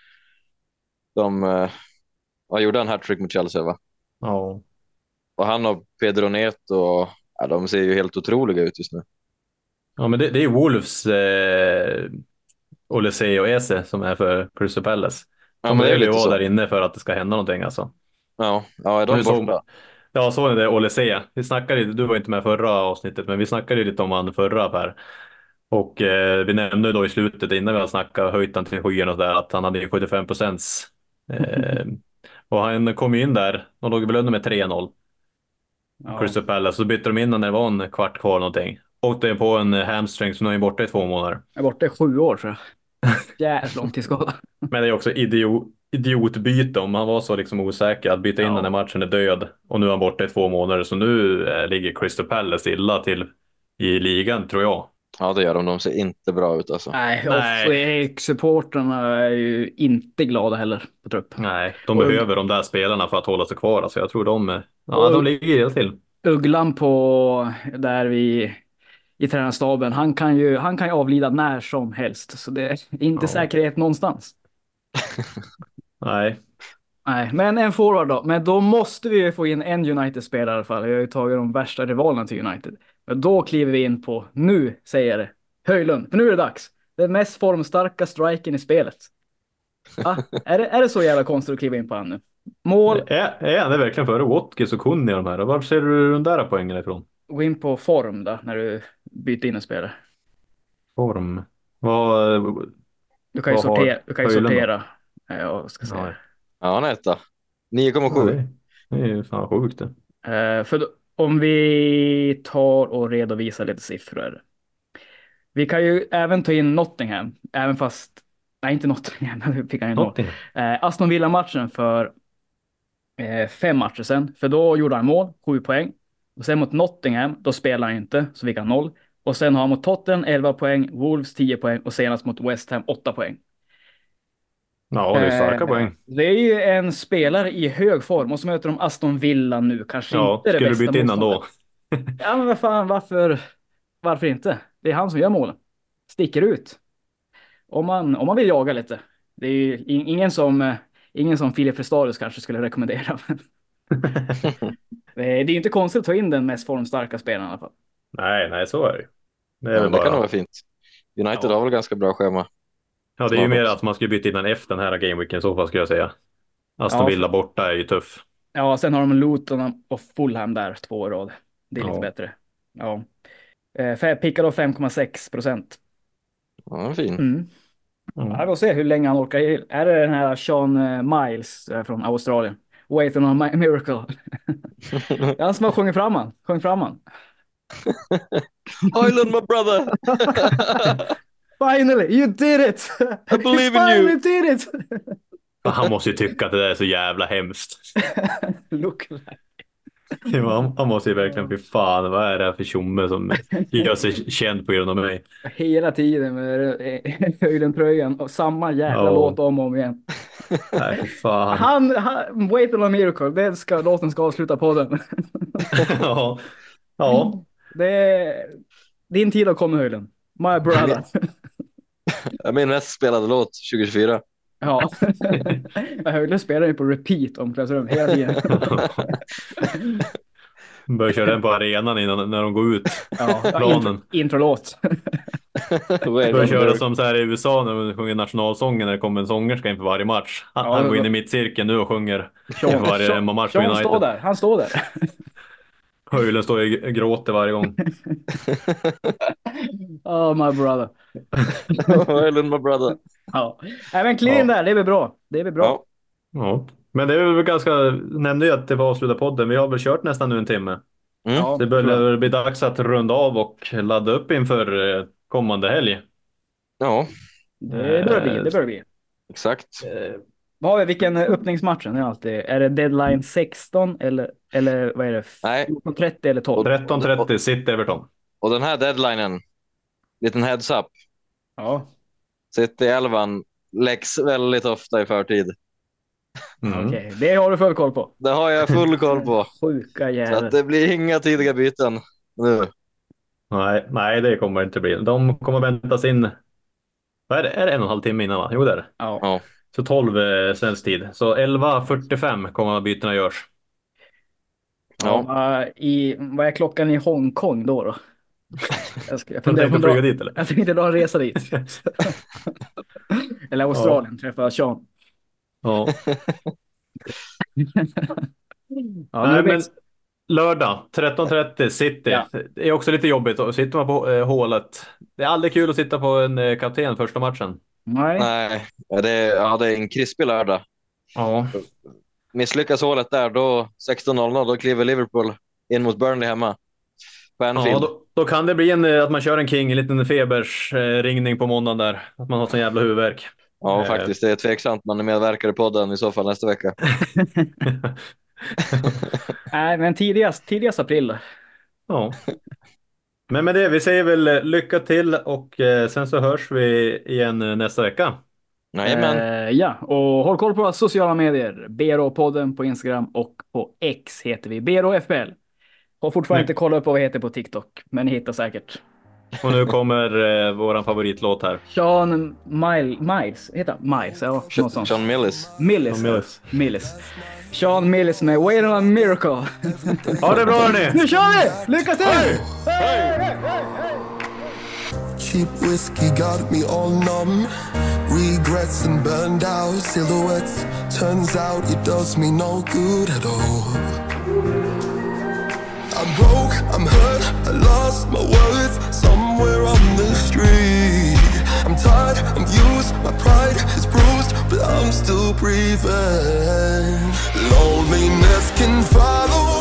De eh, ja, gjorde en hattrick med Chelsea, va? Ja. Och han och Pedro Neto, ja, de ser ju helt otroliga ut just nu. Ja, men det, det är Wolves, eh, Olise och Eze som är för Crystal Palace. Ja, De men det är behöver ju lite vara så. där inne för att det ska hända någonting alltså. Ja, ja, är de Nu såg, borta? ja, så är det Olise. Vi snackade, du var inte med förra avsnittet, men vi snackade ju lite om han förra Per. Och eh, vi nämnde då i slutet innan vi hade snackat och höjt han till skyarna och där att han hade sjuttiofem procent. Eh, och han kom ju in där och låg väl under med tre noll. Ja. Crystal Palace. Så bytte de in när det var en kvart kvar någonting. Åkte på en hamstring så nu är han borta i två månader. Jag är borta i sju år tror jag. Jävligt långt till skada. Men det är också idiot, idiotbyte om han var så liksom osäker att byta in Ja. den när matchen är död. Och nu är han borta i två månader så nu eh, ligger Crystal Palace illa till i ligan tror jag. Ja, det gör de. De ser inte bra ut alltså. Nej, Nej. och supporterna är ju inte glada heller på trupp. Nej, de Och- behöver de där spelarna för att hålla sig kvar. Alltså jag tror de, eh, ja, Och- de ligger illa till. Ugglan på där vi i tränarstaben, han kan ju, han kan ju avlida när som helst. Så det är inte Ja. säkerhet någonstans. Nej, Nej, men en forward då. Men då måste vi ju få in en United-spelare i alla fall. Jag har ju tagit de värsta rivalerna till United. Men då kliver vi in på, nu säger jag det, Höjlund. För nu är det dags. Den mest formstarka striken i spelet. Ah, är, det, är det så jävla konstigt att kliva in på han nu? Mål, är, är han det verkligen före Watkins och Kunni de här? Var ser du den där poängen ifrån? gå in på form då, när du byter in en spelare. Form? Vad... Du kan ju Vad har sortera. Du kan ju Höjlund då? sortera. Eh, Jag ska säga. Ja, Ja, han är etta. nio komma sju. det, det är ju fan sjukt det. Eh, för då, om vi tar och redovisar lite siffror. Vi kan ju även ta in Nottingham, även fast, nej inte Nottingham, nu fick han ju noll. Nottingham. Eh, Aston Villa-matchen för eh, fem matcher sedan, för då gjorde han mål, sju poäng. Och sen mot Nottingham, då spelar han inte, så fick han noll. Och sen har han mot Tottenham elva poäng, Wolves tio poäng och senast mot West Ham åtta poäng. Ja, det är starka Eh, poäng. Det är ju en spelare i hög form och så möter de Aston Villa nu. Kanske Ja, inte det skulle du bästa byta in han då? motståndet. Ja, men vad fan, varför, varför inte? Det är han som gör målen. Sticker ut. Om man, om man vill jaga lite. Det är ju in- ingen som, eh, ingen som Filip Frestarius kanske skulle rekommendera. Det är ju inte konstigt att ta in den mest formstarka spelaren i alla fall. Nej, nej, så är det. Det är Ja, väl det kan nog bara... vara fint. United Ja. har väl ganska bra schema. Ja, det är ju Snart mer också. att man skulle byta in den efter den här gameweeken i så fall skulle jag säga. Aston Ja, Villa borta är ju tuff. Ja, sen har de Luton och Fulham där två år i rad. Det är lite Ja. bättre. Ja. Eh, fe- Pickar då fem komma sex procent. Ja, den är fin. Mm. Mm. Ja, vi får se hur länge han orkar. Är det den här Sean eh, Miles eh, från Australien? Wait on a mi- miracle. Det är han som har sjungit fram han. Sjung fram han. Highland, my brother! Finally, you did it! I believe in you. Finally did it! Han måste ju tycka att det där är så jävla hemskt. Look like. Ja, han, han måste ju verkligen, fy fan, vad är det här för tjomme som gör sig känd på grund av mig? Hela tiden med Höjden-tröjan och samma jävla Ja. låt om och om igen. Nej, fy fan. Han, han Wait on a Miracle, det ska, låten ska avsluta podden. Ja, ja. Det är din tid att komma, Höjden. My brother. Jag min mest spelade låt tjugo tjugofyra. Ja. Höjden spelar ju på repeat om klassrum hela tiden. Börjar köra den på arenan innan när de går ut. Ja, Planen. intro, introlåt. Börjar köra som så här i U S A när de sjunger nationalsången när det kommer en sångerska inför varje match. Han, Ja, han går det- in i mittcirkeln nu och sjunger Sean, inför varje Sean, match på Sean står United. där, han står där. Höjlen står ju och gråter varje gång. Oh my brother. Höjden, my brother. Ja. Nej, men kliv in Ja. där, det blir bra. Det blir bra. Ja. Ja. Men det är väl ganska, nämnde ju att det var avsluta podden. Vi har väl kört nästan nu en timme. Mm. Ja, Det tror jag. börjar bli dags att runda av och ladda upp inför eh, kommande helg. Ja, Det bör bli, det bör bli. exakt. Eh, vad har vi, vilken är öppningsmatchen? Är, alltid, är det deadline sexton eller, eller vad är det? Nej. fjorton trettio eller tolv? tretton trettio, City Everton. Och den här deadlinen, liten heads up. Ja, City elvan läggs väldigt ofta i förtid. Mm. okej. Det har du full koll på. Det har jag full koll på. Sjuka Så jävlar. att det blir inga tidiga byten nu. Nej, nej, det kommer det inte bli. De kommer väntas in. Vad är det? Är det en och en halv timme innan, va? Jo, det är det. Ja. Ja. Så tolv eh, svensk tid. Så elva fyrtiofem kommer bytena görs. Ja. Ja, i, vad är klockan i Hongkong då? då? Jag, ska, jag, Jag funderar på tänkte att flyga dra- dit, eller? jag tänkte dra en resa dit. Eller Australien, träffa Sean. Ja. Ja, nu Nej, men växt- lördag tretton trettio City. Ja. Det är också lite jobbigt. Och sitter man på eh, hålet. Det är aldrig kul att sitta på en eh, kapten första matchen. Nej. Nej, det är, ja, det är en krispig lördag. Ja. Misslyckas hålet där, då sexton noll noll, då kliver Liverpool in mot Burnley hemma på Ja, Anfield. då, då kan det bli en, eh, att man kör en king, en liten febers eh, ringning på måndagen där. Att man har sån jävla huvudvärk. Ja, Eh. faktiskt. Det är tveksamt. Man är medverkar i podden i så fall nästa vecka. Nej, men tidigast, tidigast april då. Ja. Men med det, vi säger väl eh, lycka till och eh, sen så hörs vi igen eh, nästa vecka. Jajamän. Eh, ja, och håll koll på våra sociala medier. B R O-podden på Instagram och på X heter vi B R O F B L. Har fortfarande Mm. inte kollat upp vad vi heter på TikTok, men ni hittar säkert. Och nu kommer eh, våran favoritlåt här. Sean Mile, Miles, heter han? Miles, ja, något sånt. Sean Millis. Millis. Sean Millis. Millis. Sean Millis med Wait on a Miracle. Ha det bra, hörni! Nu kör vi! Lycka till! Cheap whiskey got me all numb. Regrets and burned out silhouettes. Turns out it does me no good at all. I'm broke, I'm hurt, I lost my worth somewhere on the street. I'm tired, I'm used, my pride is bruised, but I'm still breathing. Loneliness can follow